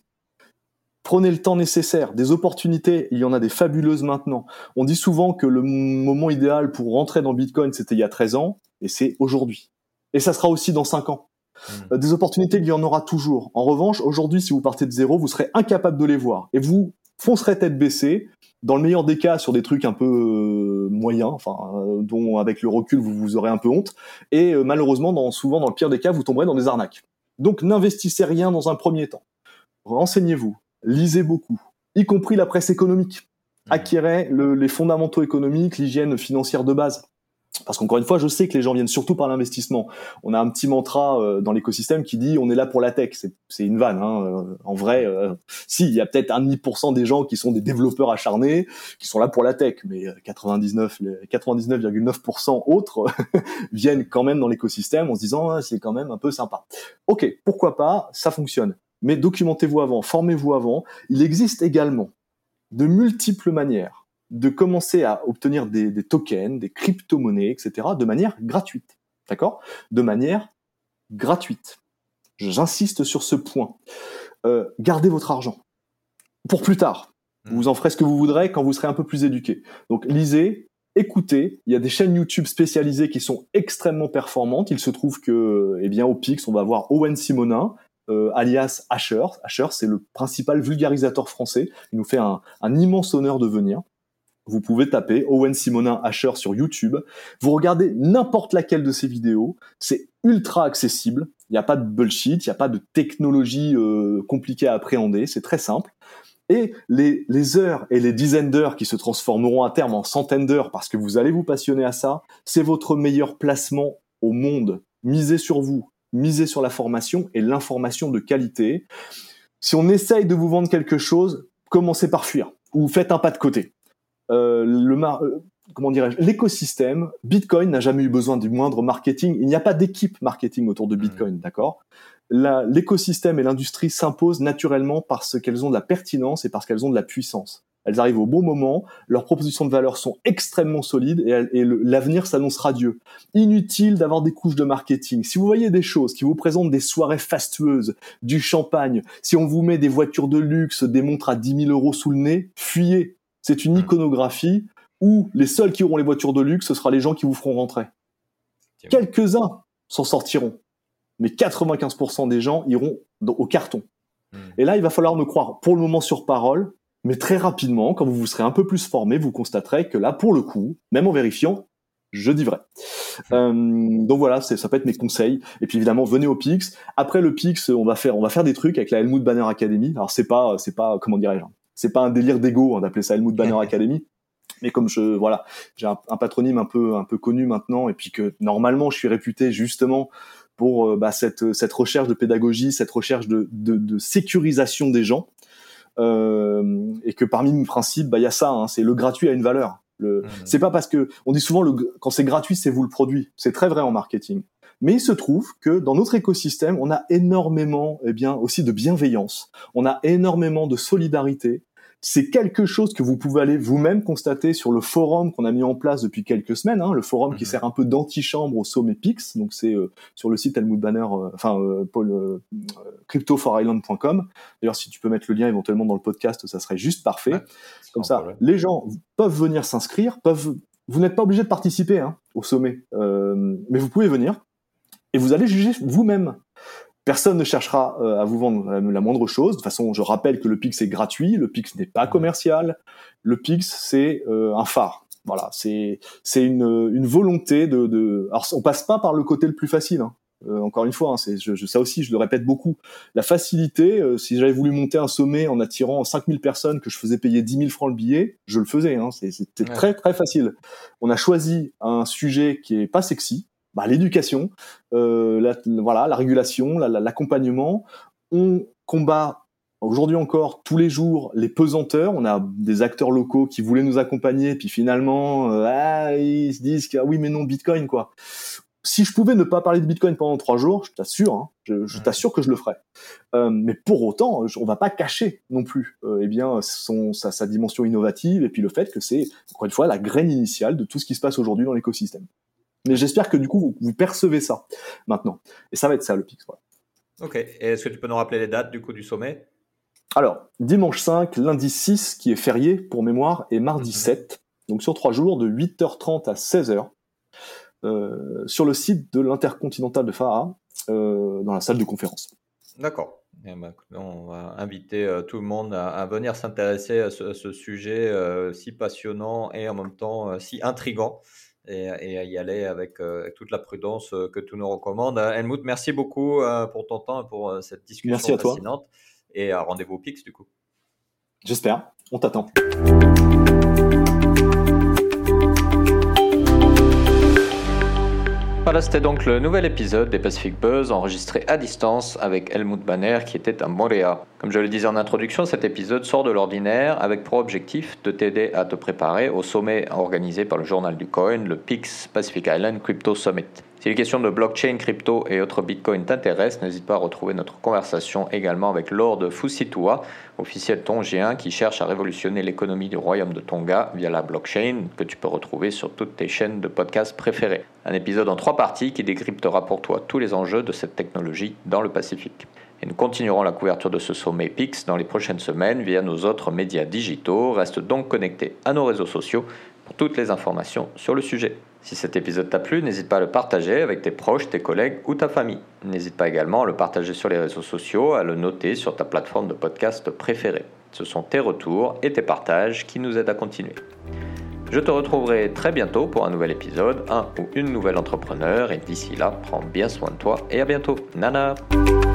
Prenez le temps nécessaire. Des opportunités, il y en a des fabuleuses maintenant. On dit souvent que le moment idéal pour rentrer dans Bitcoin, c'était il y a treize ans, et c'est aujourd'hui. Et ça sera aussi dans cinq ans. Mmh. Des opportunités, il y en aura toujours. En revanche, aujourd'hui, si vous partez de zéro, vous serez incapable de les voir. Et vous foncerez tête baissée, dans le meilleur des cas, sur des trucs un peu euh, moyens, enfin, euh, dont avec le recul, vous, vous aurez un peu honte. Et euh, malheureusement, dans, souvent, dans le pire des cas, vous tomberez dans des arnaques. Donc, n'investissez rien dans un premier temps. Renseignez-vous. Lisez beaucoup, y compris la presse économique. Acquérez le, les fondamentaux économiques, l'hygiène financière de base. Parce qu'encore une fois, je sais que les gens viennent surtout par l'investissement. On a un petit mantra euh, dans l'écosystème qui dit « on est là pour la tech ». C'est, c'est une vanne. Hein. En vrai, euh, si, il y a peut-être un virgule cinq pour cent des gens qui sont des développeurs acharnés, qui sont là pour la tech, mais quatre-vingt-dix-neuf virgule neuf pour cent autres viennent quand même dans l'écosystème en se disant ah, « c'est quand même un peu sympa ». Ok, pourquoi pas, ça fonctionne. Mais documentez-vous avant, formez-vous avant. Il existe également de multiples manières de commencer à obtenir des, des tokens, des crypto-monnaies, et cetera, de manière gratuite. D'accord ? De manière gratuite. J'insiste sur ce point. Euh, gardez votre argent. Pour plus tard. Vous en ferez ce que vous voudrez quand vous serez un peu plus éduqué. Donc, lisez, écoutez. Il y a des chaînes YouTube spécialisées qui sont extrêmement performantes. Il se trouve que, eh bien, au Pix, on va voir Owen Simonin, Euh, alias Asher. Asher, c'est le principal vulgarisateur français. Il nous fait un, un immense honneur de venir. Vous pouvez taper Owen Simonin Asher sur YouTube. Vous regardez n'importe laquelle de ces vidéos. C'est ultra accessible. Il n'y a pas de bullshit, il n'y a pas de technologie euh, compliquée à appréhender. C'est très simple. Et les, les heures et les dizaines d'heures qui se transformeront à terme en centaines d'heures parce que vous allez vous passionner à ça, c'est votre meilleur placement au monde. Misez sur vous. Misez sur la formation et l'information de qualité. Si on essaye de vous vendre quelque chose, commencez par fuir ou faites un pas de côté. Euh, le mar- euh, comment dirais-je, l'écosystème, Bitcoin n'a jamais eu besoin du moindre marketing. Il n'y a pas d'équipe marketing autour de Bitcoin, mmh. d'accord ? La, l'écosystème et l'industrie s'imposent naturellement parce qu'elles ont de la pertinence et parce qu'elles ont de la puissance. Elles arrivent au bon moment, leurs propositions de valeur sont extrêmement solides et, et le, l'avenir s'annonce radieux. Inutile d'avoir des couches de marketing. Si vous voyez des choses qui vous présentent des soirées fastueuses, du champagne, si on vous met des voitures de luxe, des montres à dix mille euros sous le nez, fuyez. C'est une iconographie où les seuls qui auront les voitures de luxe, ce sera les gens qui vous feront rentrer. Quelques-uns s'en sortiront, mais quatre-vingt-quinze pour cent des gens iront au carton. Mmh. Et là, il va falloir me croire pour le moment sur parole, mais très rapidement, quand vous vous serez un peu plus formé, vous constaterez que là, pour le coup, même en vérifiant, je dis vrai. Mmh. Euh, donc voilà, c'est, ça peut être mes conseils. Et puis évidemment, venez au Pix. Après le Pix, on va faire, on va faire des trucs avec la Helmut Banner Academy. Alors c'est pas, c'est pas, comment dirais-je, c'est pas un délire d'ego hein, d'appeler ça Helmut Banner Academy. Mais comme je, voilà, j'ai un, un patronyme un peu, un peu connu maintenant, et puis que normalement, je suis réputé justement pour euh, bah, cette, cette recherche de pédagogie, cette recherche de, de, de sécurisation des gens. Euh, et que parmi mes principes, bah il y a ça, hein, c'est le gratuit a une valeur. Le, mmh. C'est pas parce que on dit souvent le, quand c'est gratuit, c'est vous le produit. C'est très vrai en marketing. Mais il se trouve que dans notre écosystème, on a énormément, eh bien, aussi de bienveillance. On a énormément de solidarité. C'est quelque chose que vous pouvez aller vous-même constater sur le forum qu'on a mis en place depuis quelques semaines, hein, le forum mmh. qui sert un peu d'antichambre au sommet P I X. Donc c'est euh, sur le site Helmut Banner, euh, enfin euh, Paul euh, crypto for island point com. D'ailleurs, si tu peux mettre le lien éventuellement dans le podcast, ça serait juste parfait. Ouais, comme ça, problème. Les gens peuvent venir s'inscrire, peuvent. Vous n'êtes pas obligé de participer hein, au sommet, euh, mais vous pouvez venir et vous allez juger vous-même. Personne ne cherchera euh, à vous vendre la, la moindre chose. De toute façon, je rappelle que le P I X est gratuit, le P I X n'est pas commercial, le P I X c'est euh, un phare. Voilà, c'est c'est une une volonté de de. Alors on passe pas par le côté le plus facile. Hein. Euh, encore une fois, hein, c'est je, je, ça aussi je le répète beaucoup. La facilité, euh, si j'avais voulu monter un sommet en attirant cinq mille personnes que je faisais payer dix mille francs le billet, je le faisais. Hein, c'est, c'était ouais. très très facile. On a choisi un sujet qui est pas sexy, bah, l'éducation, euh, la, voilà, la régulation, la, la, l'accompagnement. On combat aujourd'hui encore tous les jours les pesanteurs. On a des acteurs locaux qui voulaient nous accompagner, puis finalement, euh, ah, ils se disent que ah oui mais non Bitcoin quoi. Si je pouvais ne pas parler de Bitcoin pendant trois jours, je t'assure, hein, je, je t'assure que je le ferais. Euh, mais pour autant, on va pas cacher non plus, euh, eh bien, son, sa, sa dimension innovative et puis le fait que c'est, encore une fois, la graine initiale de tout ce qui se passe aujourd'hui dans l'écosystème. Mais j'espère que du coup, vous, vous percevez ça maintenant. Et ça va être ça, le P I X. Voilà. Ok. Et est-ce que tu peux nous rappeler les dates du coup du sommet ? Alors, dimanche cinq, lundi six, qui est férié pour mémoire, et mardi mm-hmm. sept. Donc sur trois jours, de huit heures trente à seize heures. Euh, sur le site de l'Intercontinental de Farah, euh, dans la salle de conférence. D'accord. Eh ben, on va inviter euh, tout le monde à, à venir s'intéresser à ce, à ce sujet euh, si passionnant et en même temps euh, si intriguant et, et à y aller avec, euh, avec toute la prudence euh, que tout nous recommande. Euh, Helmut, merci beaucoup euh, pour ton temps et pour euh, cette discussion merci à fascinante. Toi. Et euh, rendez-vous au P I X du coup. J'espère. On t'attend. Voilà, c'était donc le nouvel épisode des Pacific Buzz enregistré à distance avec Helmut Banner qui était à Montréal. Comme je le disais en introduction, cet épisode sort de l'ordinaire avec pour objectif de t'aider à te préparer au sommet organisé par le journal du coin, le P I X Pacific Island Crypto Summit. Si les questions de blockchain, crypto et autres bitcoins t'intéressent, n'hésite pas à retrouver notre conversation également avec Lord Fusitua, officiel tongien qui cherche à révolutionner l'économie du royaume de Tonga via la blockchain que tu peux retrouver sur toutes tes chaînes de podcasts préférées. Un épisode en trois parties qui décryptera pour toi tous les enjeux de cette technologie dans le Pacifique. Et nous continuerons la couverture de ce sommet P I X dans les prochaines semaines via nos autres médias digitaux. Reste donc connecté à nos réseaux sociaux pour toutes les informations sur le sujet. Si cet épisode t'a plu, n'hésite pas à le partager avec tes proches, tes collègues ou ta famille. N'hésite pas également à le partager sur les réseaux sociaux, à le noter sur ta plateforme de podcast préférée. Ce sont tes retours et tes partages qui nous aident à continuer. Je te retrouverai très bientôt pour un nouvel épisode, un ou une nouvelle entrepreneur, et d'ici là, prends bien soin de toi et à bientôt. Nana!